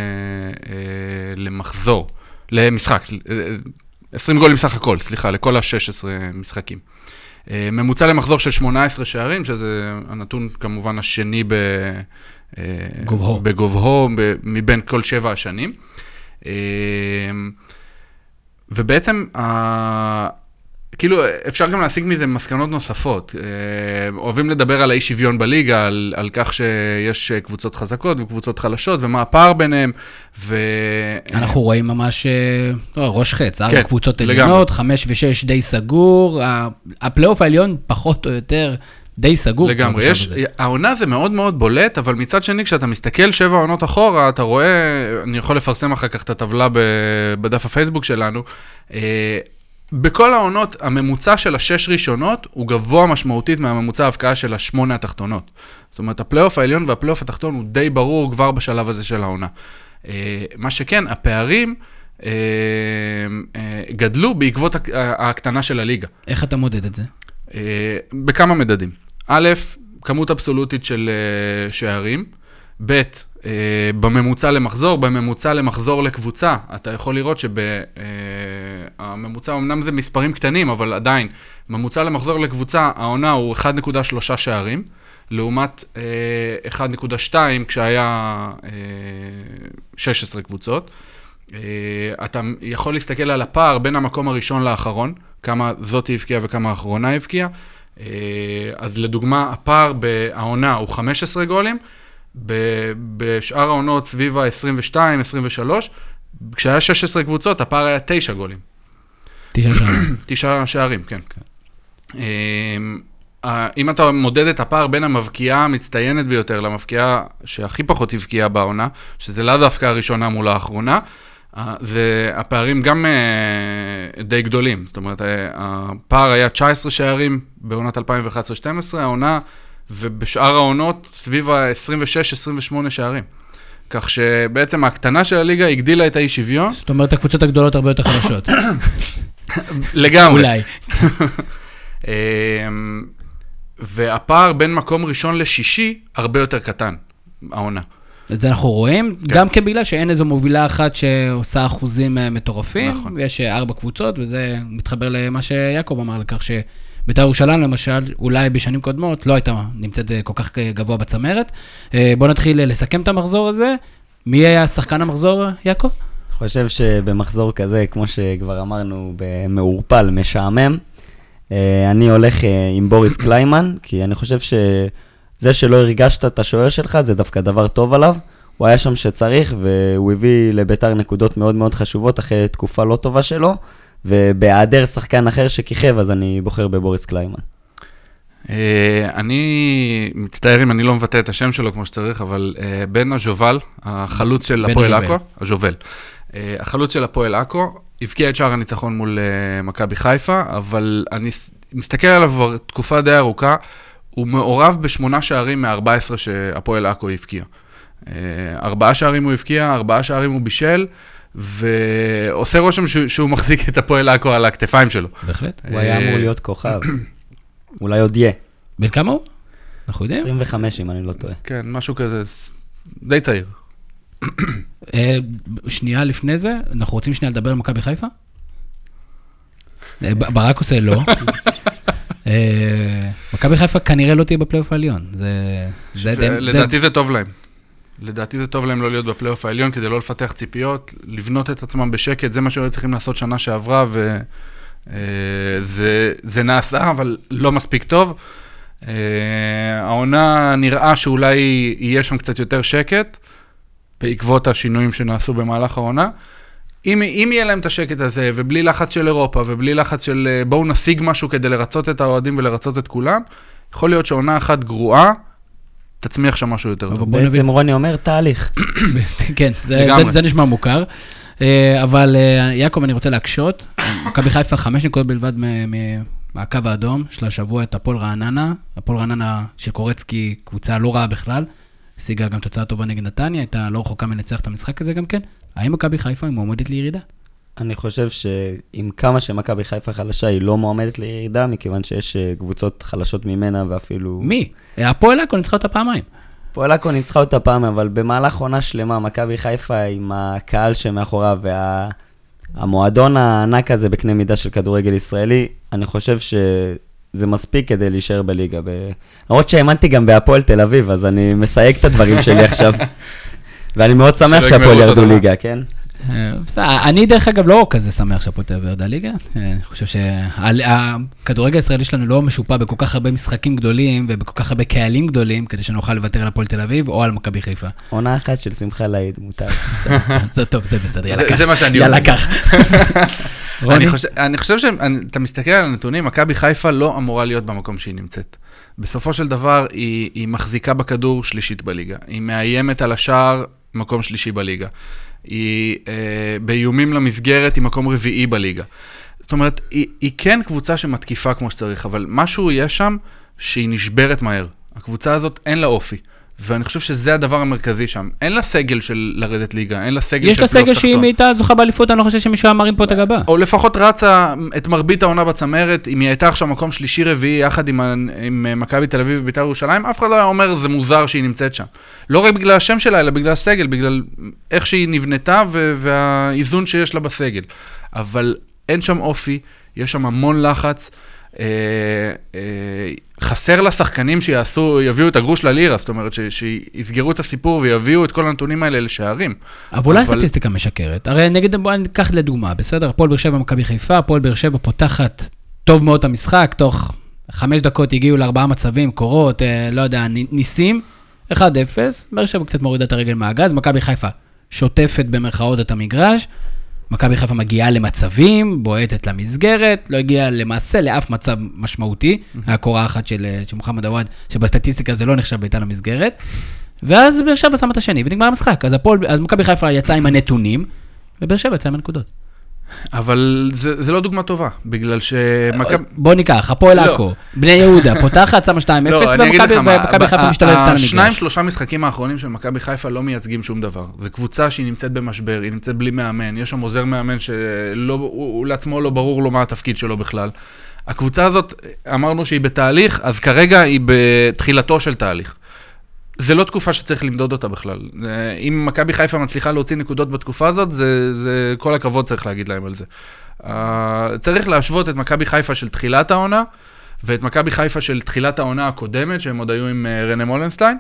למחזור, למשחק, עשרים גולים סך הכל, סליחה, לכל ה-שש עשרה משחקים. ממוצע למחזור של שמונה עשרה שערים, שזה הנתון כמובן השני בגובהו, מבין כל שבע השנים. ובעצם, כאילו, אפשר גם להשיג מזה מסקנות נוספות. אוהבים לדבר על האי שוויון בליגה, על, על כך שיש קבוצות חזקות וקבוצות חלשות, ומה הפער ביניהם, ו... אנחנו רואים ממש ראש חץ, ארבע קבוצות עליונות, חמש ושש די סגור, הפלייאוף העליון פחות או יותר די סגור. לגמרי, יש, העונה זה מאוד מאוד בולט, אבל מצד שני, כשאתה מסתכל שבע עונות אחורה, אתה רואה, אני יכול לפרסם אחר כך את הטבלה בדף הפייסבוק שלנו, בכל העונות, הממוצע של השש ראשונות הוא גבוה משמעותית מהממוצע ההבקעה של השמונה התחתונות. זאת אומרת, הפלייאוף העליון והפלייאוף התחתון הוא די ברור כבר בשלב הזה של העונה. מה שכן, הפערים גדלו בעקבות ההקטנה של הליגה. איך אתה מודד את זה? בכמה מדדים. א', כמות אבסולוטית של שערים, ב', בממוצע למחזור, בממוצע למחזור לקבוצה, אתה יכול לראות שבממוצע, אמנם זה מספרים קטנים, אבל עדיין, ממוצע למחזור לקבוצה, העונה הוא אחת נקודה שלוש שערים, לעומת אחת נקודה שתיים כשהיה שש עשרה קבוצות. אתה יכול להסתכל על הפער בין המקום הראשון לאחרון, כמה זאת הבקיעה וכמה האחרונה הבקיעה. אז לדוגמה, הפער בעונה הוא חמש עשרה גולים, בשאר העונות סביב ה-עשרים ושתיים עשרים ושלוש, כשהיה שש עשרה קבוצות, הפער היה תשע גולים. תשע שערים. תשע שערים, כן. אם אתה מודד את הפער בין המבקיעה המצטיינת ביותר למבקיעה שהכי פחות הבקיעה בעונה, שזה לאו דווקא הראשונה מול האחרונה, זה הפערים גם די גדולים. זאת אומרת, הפער היה תשע עשרה שערים בעונת אלפיים ואחת עשרה שתים עשרה, העונה, ובשאר העונות סביב ה-עשרים ושש עשרים ושמונה שערים. כך שבעצם ההקטנה של הליגה הגדילה את האי שוויון. זאת אומרת, הקבוצות הגדולות הרבה יותר חלשות. לגמרי. אולי. והפער בין מקום ראשון לשישי הרבה יותר קטן, העונה. את זה אנחנו רואים, כן. גם כן בגלל שאין איזו מובילה אחת שעושה אחוזים מטורפים, נכון. ויש ארבע קבוצות, וזה מתחבר למה שיעקב אמר לכך שבית"ר ירושלים למשל, אולי בשנים קודמות, לא הייתה נמצאת כל כך גבוה בצמרת. בואו נתחיל לסכם את המחזור הזה. מי היה שחקן המחזור, יעקב? אני חושב שבמחזור כזה, כמו שכבר אמרנו, במעורפל, משעמם, אני הולך עם בוריס קליימן, כי אני חושב שזה שלא הרגשת את השוער שלך, זה דווקא דבר טוב עליו. הוא היה שם שצריך, והוא הביא לבית"ר נקודות מאוד מאוד חשובות, אחרי תקופה לא טובה שלו, ובהיעדר שחקן אחר שכיכב, אז אני בוחר בבוריס קליימן. אני מצטער אם אני לא מבטא את השם שלו כמו שצריך, אבל בן הז'ובל, החלוץ של הפועל עכו, הז'ובל, החלוץ של הפועל עכו, הבקיע את שער הניצחון מול מכבי חיפה, אבל אני מסתכל עליו כבר תקופה די ארוכה, הוא מעורב בשמונה שערים מ-ארבע עשרה שהפועל עכו הבקיע. ארבעה שערים הוא הבקיע, ארבעה שערים הוא בישל, ועושה רושם שהוא מחזיק את הפועל עכו על הכתפיים שלו. בהחלט. הוא היה אמור להיות כוכב. אולי עוד יהיה. בין כמה הוא? אנחנו יודעים? עשרים וחמש אם אני לא טועה. כן, משהו כזה, די צעיר. שנייה לפני זה, אנחנו רוצים שנייה לדבר על מכבי חיפה? ברק עושה לא. מכבי חיפה כנראה לא תהיה בפלייאוף העליון. לדעתי זה טוב להם. לדעתי זה טוב להם לא להיות בפלייאוף העליון, כדי לא לפתח ציפיות, לבנות את עצמם בשקט, זה מה שהיו צריכים לעשות שנה שעברה, וזה נעשה, אבל לא מספיק טוב. העונה נראה שאולי יהיה שם קצת יותר שקט, בעקבות השינויים שנעשו במהלך העונה. אם, אם יהיה להם את השקט הזה, ובלי לחץ של אירופה, ובלי לחץ של בואו נשיג משהו כדי לרצות את האוהדים ולרצות את כולם, יכול להיות שעונה אחת גרועה, תצמיח שם משהו יותר טוב. בעצם רוני אומר תהליך. כן, זה, זה, זה נשמע מוכר. אבל יעקב, אני רוצה להקשות. מכבי חיפה חמש נקודות בלבד הקו האדום של השבוע את הפועל רעננה, הפועל רעננה של קורצקי, קבוצה לא רעה בכלל, השיגה גם תוצאה טובה נגד נתניה, הייתה לא רחוקה מנצח את המשחק הזה גם כן. האם מכבי חיפה היא מועמדת לירידה? אני חושב שעם כמה שמכבי חיפה חלשה, היא לא מועמדת לירידה, מכיוון שיש קבוצות חלשות ממנה ואפילו... מי? הפועל עכו ניצחה אותה פעמיים. הפועל עכו ניצחה אותה פעם, אבל במהלך עונה שלמה, מכבי חיפה עם הקהל שמאחוריו והמועדון הענק הזה בקנה מידה של כדורגל ישראלי, אני חושב שזה מספיק כדי להישאר בליגה. למרות שהאמנתי גם בהפועל תל אביב, אז אני מסייג את הדברים שלי עכשיו. ואני מאוד שמח שהפועל ירדו ליגה, כן? אני דרך אגב לא כזה שמח שהפועל תל אביב ירדה ליגה. אני חושב שהכדורגל הישראלי שלנו לא משופע בכל כך הרבה משחקים גדולים ובכל כך הרבה קהלים גדולים, כדי שנוכל לוותר על הפועל תל אביב או על מכבי חיפה. עונה אחת של שמחה לאיד, מותר. זה טוב, זה בסדר, יאללה כך. זה מה שאני יאללה כך. אני חושב שאתה מסתכל על הנתונים, מכבי חיפה לא אמורה להיות במקום שהיא נמצאת. בסופו של דבר היא מחזיקה בכדור שלישית בליגה. היא מאיימת על השער מקום שלישי בליגה. היא אה, באיומים למסגרת, היא מקום רביעי בליגה. זאת אומרת, היא, היא כן קבוצה שמתקיפה כמו שצריך, אבל משהו יש שם שהיא נשברת מהר. הקבוצה הזאת אין לה אופי, ואני חושב שזה הדבר המרכזי שם. אין לה סגל של לרדת ליגה, אין לה סגל של פלייאוף תחתון. יש לה סגל שהיא הייתה זוכה באליפות, אני לא חושב שמישהו אמרים פה את הגבה. או לפחות רצה את מרבית העונה בצמרת, אם היא הייתה עכשיו מקום שלישי רביעי, יחד עם, עם מכבי תל אביב ובית"ר ירושלים, אף אחד לא היה אומר, זה מוזר שהיא נמצאת שם. לא רק בגלל השם שלה, אלא בגלל הסגל, בגלל איך שהיא נבנתה והאיזון שיש לה בסגל. אבל אין שם אופי, יש שם המון לחץ, אה, אה, חסר לשחקנים שיעשו, יביאו את הגרוש ללירה, זאת אומרת שיסגרו את הסיפור ויביאו את כל הנתונים האלה לשערים. אבל אולי סטטיסטיקה משקרת. הרי נגיד, בואו ניקח לדוגמה, בסדר? הפועל באר שבע מכבי חיפה, הפועל באר שבע פותחת טוב מאוד את המשחק, תוך חמש דקות הגיעו לארבעה מצבים, קורות, לא יודע, ניסים, אחד אפס, באר שבע קצת מורידה את הרגל מהגז, מכבי חיפה שוטפת במרכאות את המגרש, מכבי חיפה מגיעה למצבים, בועטת למסגרת, לא הגיעה למעשה לאף מצב משמעותי, היה קורה אחת של, של מוחמד עוואד, שבסטטיסטיקה זה לא נחשב בעיטה למסגרת, ואז באר שבע שמה את השני, ונגמר המשחק. אז, הפועל, אז מכבי חיפה יצאה עם הנתונים, ובאר שבע יצאה עם הנקודות. אבל זה, זה לא דוגמה טובה, בגלל שמכבי... בוא ניקח, הפועל עכו, בני יהודה, פותחת, שמה שתיים אפס, ומכבי חיפה משתלטת על המגרש. השניים, שלושה משחקים האחרונים של מכבי חיפה לא מייצגים שום דבר. זו קבוצה שהיא נמצאת במשבר, היא נמצאת בלי מאמן, יש שם עוזר מאמן שהוא לעצמו לא ברור לו מה התפקיד שלו בכלל. הקבוצה הזאת, אמרנו שהיא בתהליך, אז כרגע היא בתחילתו של תהליך. זה לא תקופה שצריך למדוד אותה בכלל. אם מכבי חיפה מצליחה להוציא נקודות בתקופה הזאת, זה, זה כל הכבוד צריך להגיד להם על זה. Uh, צריך להשוות את מכבי חיפה של תחילת העונה, ואת מכבי חיפה של תחילת העונה הקודמת, שהם עוד היו עם uh, רנה מולנשטיין,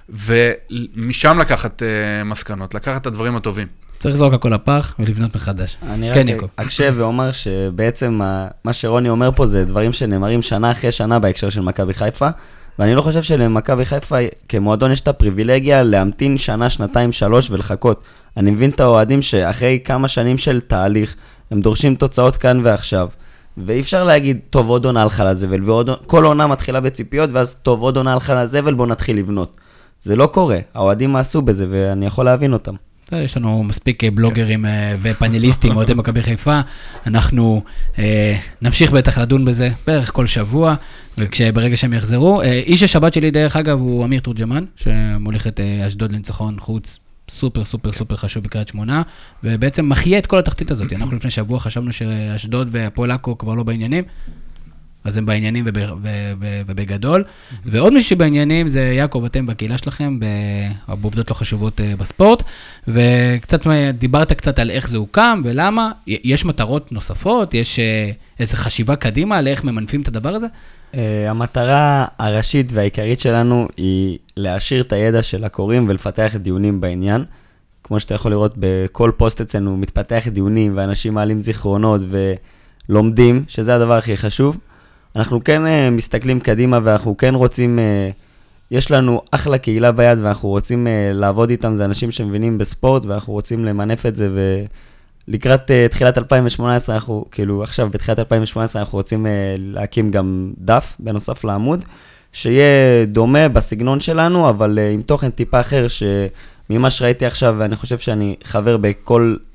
ומשם לקחת uh, מסקנות, לקחת את הדברים הטובים. צריך לזרוק הכל לפח ולבנות מחדש. אני רק אקשב ואומר שבעצם מה שרוני אומר פה זה דברים שנאמרים שנה אחרי שנה בהקשר של מכבי חיפה, ואני לא חושב שלמכבי חיפה כמועדון יש את הפריבילגיה להמתין שנה, שנתיים, שלוש ולחכות. אני מבין את האוהדים שאחרי כמה שנים של תהליך, הם דורשים תוצאות כאן ועכשיו. ואי אפשר להגיד, טוב, עוד עונה הלכה לזבל, וכל עונה מתחילה בציפיות, ואז טוב, עוד עונה הלכה לזבל, בוא נתחיל לבנות. זה לא קורה. האוהדים עשו בזה, ואני יכול להבין אותם. יש לנו מספיק בלוגרים ופאנליסטים, אוהדי מכבי חיפה, אנחנו נמשיך בטח לדון בזה בערך כל שבוע, וברגע שהם יחזרו, איש השבת שלי דרך אגב הוא אמיר תורג'מן, שמוליך את אשדוד לניצחון חוץ, סופר סופר סופר חשוב בקריית שמונה, ובעצם מחיה את כל התחתית הזאת. אנחנו לפני שבוע חשבנו שאשדוד והפועל עכו כבר לא בעניינים, אז הם בעניינים ובגדול. ועוד מישהו בעניינים זה יעקב, אתם בקהילה שלכם, בעובדות לא חשובות בספורט, וקצת דיברת קצת על איך זה הוקם ולמה. יש מטרות נוספות? יש איזו חשיבה קדימה על איך ממנפים את הדבר הזה? המטרה הראשית והעיקרית שלנו היא להשאיר את הידע של הקוראים ולפתח דיונים בעניין. כמו שאתה יכול לראות בכל פוסט אצלנו מתפתח דיונים ואנשים מעלים זיכרונות ולומדים, שזה הדבר הכי חשוב. אנחנו כן uh, מסתכלים קדימה ואנחנו כן רוצים, uh, יש לנו אחלה קהילה ביד ואנחנו רוצים uh, לעבוד איתם, זה אנשים שמבינים בספורט ואנחנו רוצים למנף את זה ולקראת uh, תחילת אלפיים שמונה עשרה, אנחנו כאילו עכשיו בתחילת אלפיים שמונה עשרה אנחנו רוצים uh, להקים גם דף בנוסף לעמוד, שיהיה דומה בסגנון שלנו אבל uh, עם תוכן טיפה אחר שממה שראיתי עכשיו ואני חושב שאני חבר בכל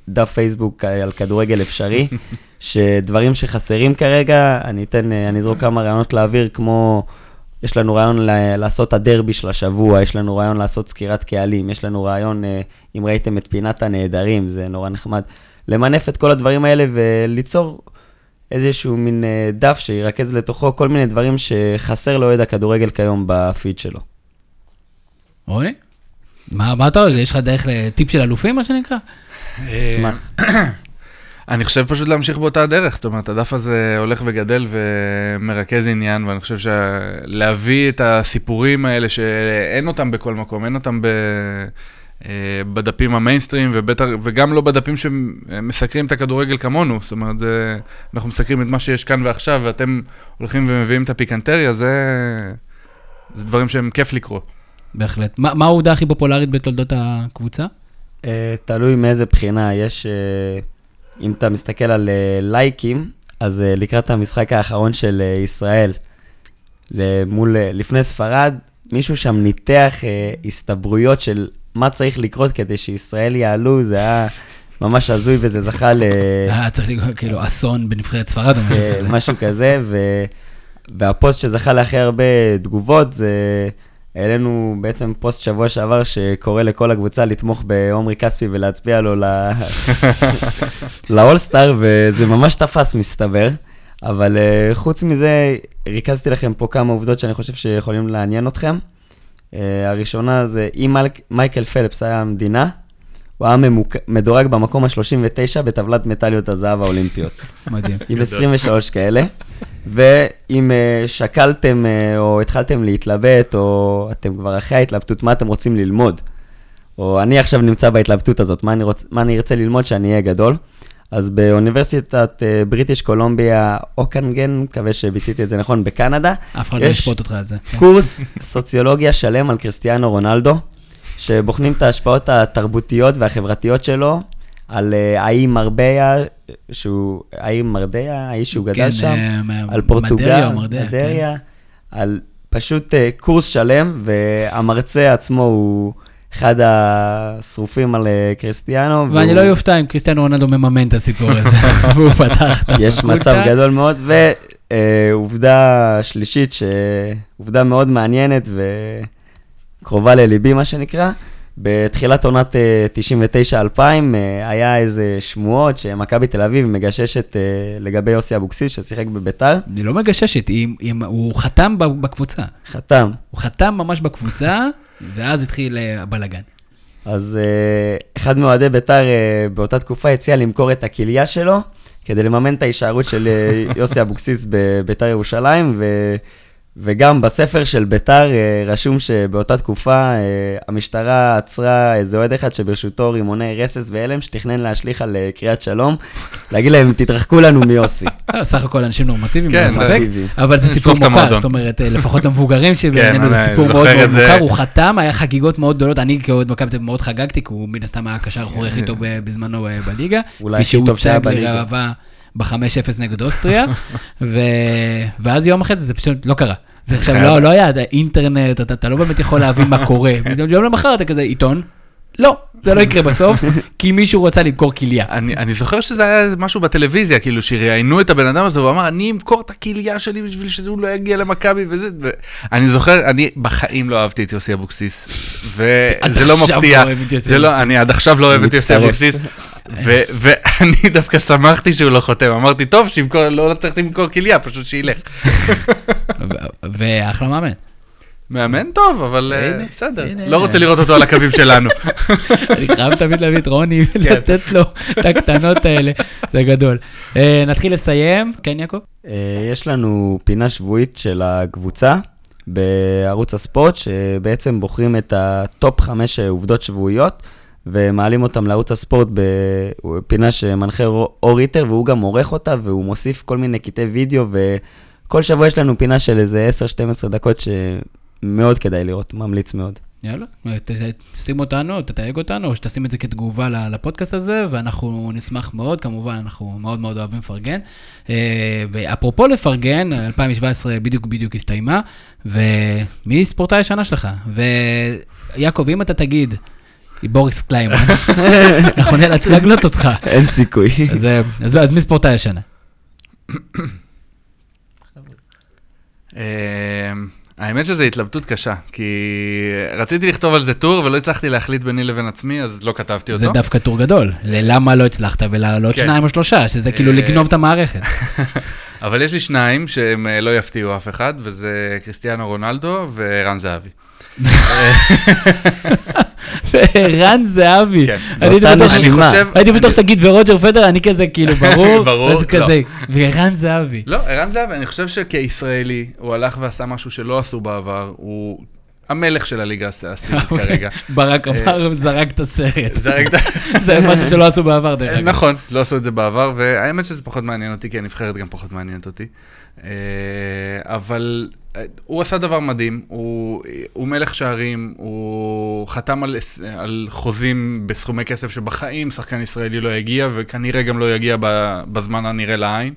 דף פייסבוק על כדורגל אפשרי, שדברים שחסרים כרגע, אני אתן, אני אזרוק כמה רעיונות להעביר, כמו, יש לנו רעיון לעשות הדרבי של השבוע, יש לנו רעיון לעשות סקירת קהלים, יש לנו רעיון, אם ראיתם את פינת הנהדרים, זה נורא נחמד, למנף את כל הדברים האלה וליצור איזשהו מין דף שירכז לתוכו כל מיני דברים שחסר לאוהד הכדורגל כיום בפיד שלו. רוני? מה, מה אתה, יש לך דרך לטיפ של אלופים, מה שנקרא? אשמח. אני חושב פשוט להמשיך באותה הדרך, זאת אומרת, הדף הזה הולך וגדל ומרכז עניין, ואני חושב שלהביא את הסיפורים האלה שאין אותם בכל מקום, אין אותם ב... בדפים המיינסטרים, וגם לא בדפים שמסקרים את הכדורגל כמונו, זאת אומרת, אנחנו מסקרים את מה שיש כאן ועכשיו, ואתם הולכים ומביאים את הפיקנטריה, זה, זה דברים שהם כיף לקרוא. בהחלט. מה, מה העובדה הכי פופולרית בתולדות הקבוצה? תלוי מאיזה בחינה, יש, אם אתה מסתכל על לייקים, אז לקראת המשחק האחרון של ישראל, מול, לפני ספרד, מישהו שם ניתח הסתברויות של מה צריך לקרות כדי שישראל יעלו, זה היה ממש הזוי וזה זכה ל... היה צריך לקרות כאילו אסון בנבחרת ספרד או משהו כזה. משהו כזה, והפוסט שזכה לאחרי הרבה תגובות, זה... העלינו בעצם פוסט שבוע שעבר שקורא לכל הקבוצה לתמוך בעומרי כספי ולהצביע לו לאולסטאר, וזה ממש תפס מסתבר. אבל חוץ מזה, ריכזתי לכם פה כמה עובדות שאני חושב שיכולים לעניין אתכם. הראשונה זה, אם מייקל פלפס היה המדינה, הוא היה מדורג במקום ה-שלושים ותשע בטבלת מטליות הזהב האולימפיות. מדהים. עם עשרים ושלוש כאלה. ואם שקלתם או התחלתם להתלבט, או אתם כבר אחרי ההתלבטות, מה אתם רוצים ללמוד? או אני עכשיו נמצא בהתלבטות הזאת, מה אני, רוצ... מה אני ארצה ללמוד שאני אהיה גדול? אז באוניברסיטת בריטיש קולומביה, אוקנגן, מקווה שביטיתי את זה נכון, בקנדה, אף אחד לא ישפוט אותך על זה. קורס סוציולוגיה שלם על קריסטיאנו רונלדו, שבוחנים את ההשפעות התרבותיות והחברתיות שלו, על האי מרביה, שהוא, האי מרדיה, האי שהוא גדל שם, על פורטוגל, מדריה, על פשוט קורס שלם, והמרצה עצמו הוא אחד השרופים על קריסטיאנו. ואני לא יופתע אם קריסטיאנו רונלדו מממן את הסיפור הזה, והוא פתח את הפקולטה. יש מצב גדול מאוד, ועובדה שלישית, שעובדה מאוד מעניינת וקרובה לליבי, מה שנקרא, בתחילת עונת תשעים ותשע אלפיים היה איזה שמועות שמכבי תל אביב מגששת לגבי יוסי אבוקסיס ששיחק בביתר. היא לא מגששת, הוא חתם בקבוצה. חתם. הוא חתם ממש בקבוצה, ואז התחיל הבלגן. אז אחד מאוהדי ביתר באותה תקופה הציע למכור את הכליה שלו, כדי לממן את ההישארות של יוסי אבוקסיס בביתר ירושלים, ו... וגם בספר של ביתר רשום שבאותה תקופה המשטרה עצרה איזה אוהד אחד שברשותו רימוני רסס ואלם שתכנן להשליך על קריאת שלום, להגיד להם תתרחקו לנו מיוסי. סך הכל אנשים נורמטיביים, אבל זה סיפור מוכר, זאת אומרת לפחות למבוגרים שבעינינו זה סיפור מאוד מאוד מוכר, הוא חתם, היה חגיגות מאוד גדולות, אני כאוהד מכבי תל אביב מאוד חגגתי, כי הוא מן הסתם היה הקשר האחורי הכי טוב בזמנו בליגה, כפי שהוא הוצג לראווה ב-חמש אפס נגד אוסטריה, ואז יום אחרי זה זה פשוט לא קרה. זה עכשיו לא, לא היה אינטרנט, אתה, אתה לא באמת יכול להבין מה קורה. יום למחר אתה כזה עיתון, לא, זה לא יקרה בסוף, כי מישהו רצה למכור כליה. אני, אני זוכר שזה היה משהו בטלוויזיה, כאילו שראיינו את הבן אדם הזה, הוא אמר, אני אמכור את הכליה שלי בשביל שהוא לא יגיע למכבי וזה. אני זוכר, אני בחיים לא אהבתי את יוסי אבוקסיס, וזה לא מפתיע. זה לא, אני עד עכשיו לא אוהב את יוסי אבוקסיס, ואני דווקא שמחתי שהוא לא חותם. אמרתי, טוב, לא צריך למכור כליה, פשוט שילך. ואחלה מאמן. מאמן טוב, אבל בסדר. לא רוצה לראות אותו על הקווים שלנו. אני חייב תמיד להביא את רוני ולתת לו את הקטנות האלה. זה גדול. נתחיל לסיים. כן, יעקב? יש לנו פינה שבועית של הקבוצה בערוץ הספורט, שבעצם בוחרים את הטופ חמש עובדות שבועיות, ומעלים אותם לערוץ הספורט בפינה שמנחה אור ריטר, והוא גם עורך אותה, והוא מוסיף כל מיני קטעי וידאו, וכל שבוע יש לנו פינה של איזה עשר שתים עשרה דקות שמאוד כדאי לראות, ממליץ מאוד. יאללה, תשים אותנו, תתייג אותנו, או שתשים את זה כתגובה לפודקאסט הזה, ואנחנו נשמח מאוד, כמובן, אנחנו מאוד מאוד אוהבים לפרגן. ואפרופו לפרגן, אלפיים שבע עשרה בדיוק בדיוק הסתיימה, ומי ספורטאי השנה שלך? ויעקב, אם אתה תגיד, היא בוריס קליימן. אנחנו נאלץ להגלות אותך. אין סיכוי. אז מי ספורטאי השנה? האמת שזו התלבטות קשה, כי רציתי לכתוב על זה טור, ולא הצלחתי להחליט ביני לבין עצמי, אז לא כתבתי אותו. זה דווקא טור גדול. למה לא הצלחת ולעלות שניים או שלושה, שזה כאילו לגנוב את המערכת. אבל יש לי שניים שהם לא יפתיעו אף אחד, וזה קריסטיאנו רונלדו וערן זהבי. וערן זהבי. הייתי בטוח שגיד ורוג'ר פדר, אני כזה כאילו ברור, אז כזה, וערן זהבי. לא, ערן זהבי, אני חושב שכישראלי, הוא הלך ועשה משהו שלא עשו בעבר, הוא המלך של הליגה הסיבית כרגע. ברק אמר, זרק את הסרט. זרק את הסרט. זה משהו שלא עשו בעבר, דרך אגב. נכון, לא עשו את זה בעבר, והאמת שזה פחות מעניין אותי, כי הנבחרת גם פחות מעניינת אותי. אבל הוא עשה דבר מדהים, הוא, הוא מלך שערים, הוא חתם על, על חוזים בסכומי כסף שבחיים שחקן ישראלי לא יגיע, וכנראה גם לא יגיע בזמן הנראה לעין.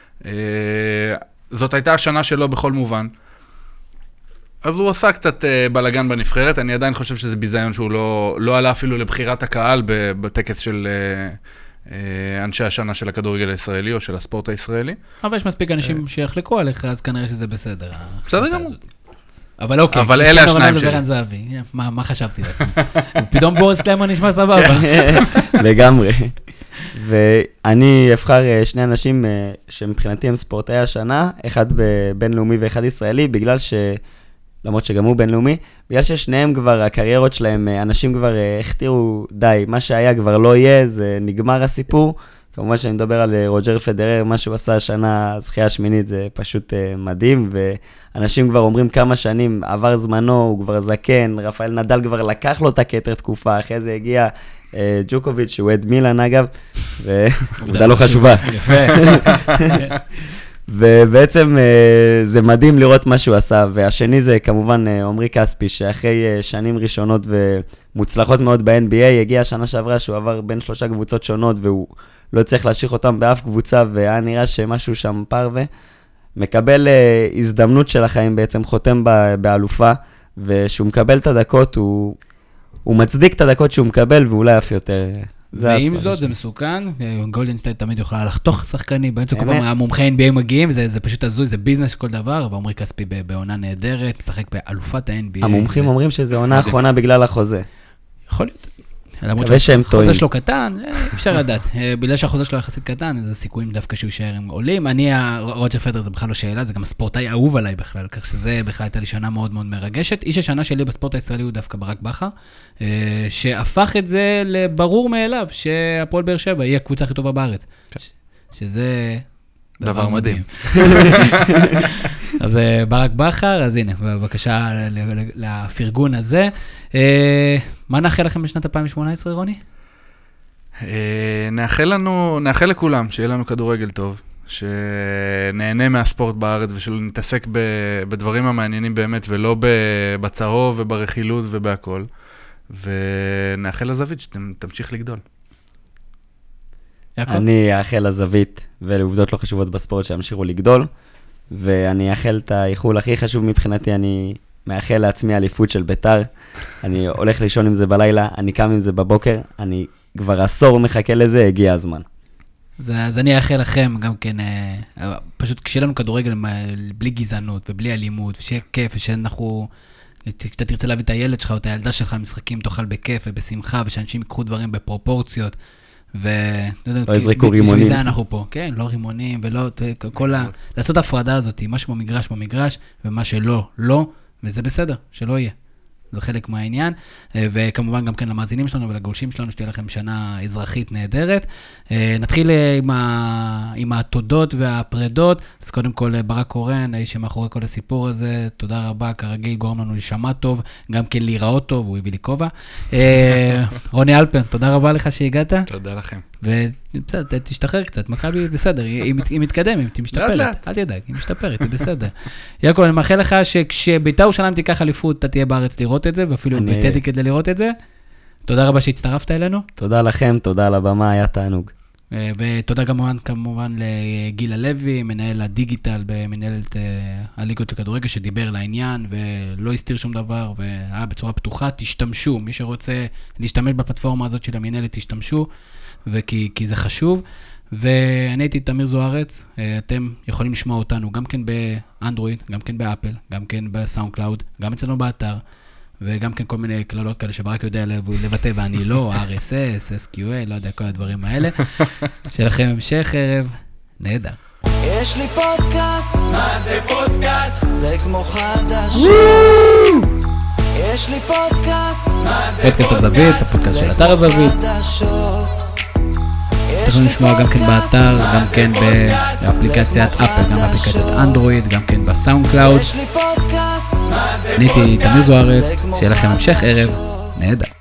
זאת הייתה השנה שלו בכל מובן. אז הוא עשה קצת בלגן בנבחרת, אני עדיין חושב שזה ביזיון שהוא לא, לא עלה אפילו לבחירת הקהל בטקס של אנשי השנה של הכדורגל הישראלי או של הספורט הישראלי. אבל יש מספיק אנשים שיחלקו עליך, אז כנראה שזה בסדר. בסדר גמור. אבל אוקיי, אבל אלה השניים שלי. זהבי. מה, מה חשבתי לעצמי? פתאום בוריס קליימן נשמע סבבה. לגמרי. ואני אבחר שני אנשים שמבחינתי הם ספורטאי השנה, אחד בינלאומי ואחד ישראלי, בגלל ש... למרות שגם הוא בינלאומי, בגלל ששניהם כבר, הקריירות שלהם, אנשים כבר הכתירו, די, מה שהיה כבר לא יהיה, זה נגמר הסיפור. כמובן שאני מדבר על רוג'ר פדרר, מה שהוא עשה השנה, זכייה שמינית, זה פשוט מדהים, ואנשים כבר אומרים כמה שנים, עבר זמנו, הוא כבר זקן, רפאל נדל כבר לקח לו את הכתר תקופה, אחרי זה הגיע ג'וקוביץ', שהוא עד מילאן אגב, ועובדה לא חשובה. יפה. ובעצם זה מדהים לראות מה שהוא עשה, והשני זה כמובן עומרי כספי, שאחרי שנים ראשונות ומוצלחות מאוד ב-אן בי איי, הגיע השנה שעברה שהוא עבר בין שלושה קבוצות שונות, והוא לא צריך להשאיר אותם באף קבוצה, והיה נראה שמשהו שם פרווה, מקבל הזדמנות של החיים בעצם, חותם באלופה, ושהוא מקבל את הדקות, הוא, הוא מצדיק את הדקות שהוא מקבל, ואולי אף יותר... ועם זאת זה מסוכן, גולדן סטייט תמיד יכולה לחתוך שחקנים, באמצע כל פעם המומחי אן בי איי מגיעים, זה פשוט הזוי, זה ביזנס כל דבר, ועומרי כספי בעונה נהדרת, משחק באלופת ה-אן בי איי. המומחים אומרים שזה עונה האחרונה בגלל החוזה. יכול להיות. למרות שהחוזה שלו קטן, אפשר לדעת. בגלל שהחוזה שלו יחסית קטן, אז הסיכויים דווקא שהוא יישאר עם עולים. אני, רוג'ר פדר זה בכלל לא שאלה, זה גם הספורטאי אהוב עליי בכלל, כך שזה בכלל הייתה לי שנה מאוד מאוד מרגשת. איש השנה שלי בספורט הישראלי הוא דווקא ברק בכר, שהפך את זה לברור מאליו, שהפועל באר שבע היא הקבוצה הכי טובה בארץ. שזה דבר מדהים. אז ברק בכר, אז הנה, בבקשה לפרגון הזה. מה נאחל לכם בשנת אלפיים שמונה עשרה, רוני? נאחל לנו, נאחל לכולם, שיהיה לנו כדורגל טוב, שנהנה מהספורט בארץ, ושלא נתעסק בדברים המעניינים באמת, ולא בצהוב וברכילות ובהכל. ונאחל לזווית שתמשיך לגדול. אני אאחל לזווית ולעובדות לא חשובות בספורט שימשיכו לגדול, ואני אאחל את האיחול הכי חשוב מבחינתי, אני מאחל לעצמי אליפות של ביתר, אני הולך לישון עם זה בלילה, אני קם עם זה בבוקר, אני כבר עשור מחכה לזה, הגיע הזמן. אז אני אאחל לכם גם כן, פשוט כשיהיה לנו כדורגל בלי גזענות ובלי אלימות, ושיהיה כיף, ושאנחנו, אתה תרצה להביא את הילד שלך או את הילדה שלך, משחקים תאכל בכיף ובשמחה, ושאנשים יקחו דברים בפרופורציות, ו... לא יזרקו רימונים. בשביל זה אנחנו פה, כן, לא רימונים, ולא, כל ה... לעשות הפרדה הזאת, מה שבמגרש במגרש, ומה שלא, לא, וזה בסדר, שלא יהיה. זה חלק מהעניין, וכמובן גם כן למאזינים שלנו ולגולשים שלנו, שתהיה לכם שנה אזרחית נהדרת. נתחיל עם, ה... עם התודות והפרדות, אז קודם כל ברק קורן, האיש שמאחורי כל הסיפור הזה, תודה רבה, כרגיל גורם לנו לשמע טוב, גם כן להיראות טוב, הוא הביא לי כובע. רוני אלפרין, תודה רבה לך שהגעת. תודה לכם. ובסדר, תשתחרר קצת, מכבי בסדר, היא מתקדמת, היא משתפרת, אל תדאג, היא משתפרת, היא בסדר. יעקב, אני מאחל לך שכשבית"ר ירושלים תיקח אליפות, אתה תהיה בארץ לראות את זה, ואפילו בטדי כדי לראות את זה. תודה רבה שהצטרפת אלינו. תודה לכם, תודה על הבמה, היה תענוג. ותודה כמובן, כמובן לגילה לוי, מנהל הדיגיטל במנהלת הליגות לכדורגל, שדיבר לעניין ולא הסתיר שום דבר, והיה בצורה פתוחה, תשתמשו, מי שרוצה להשתמש בפלטפורמה הזאת של המנהלת, תשתמשו, וכי, כי זה חשוב. ואני הייתי תמיר זוארץ, אתם יכולים לשמוע אותנו גם כן באנדרואיד, גם כן באפל, גם כן בסאונד קלאוד, גם אצלנו באתר, וגם כן כל מיני כללות כאלה שברק יודע לבטא ואני לא, אר אס אס, אס קיו אל, לא יודע, כל הדברים האלה. שלכם המשך ערב, נהדר. יש לי פודקאסט, מה זה פודקאסט? זה כמו חדש. יש לי פודקאסט, מה זה פודקאסט הזווית, הפודקאסט של אתר הזווית. תוכלו לשמוע גם כן באתר, גם כן באפליקציית אפל, גם באפליקציית אנדרואיד, גם כן בסאונד קלאוד. אני הייתי תמיר זוארץ, שיהיה לכם המשך ערב נהדר.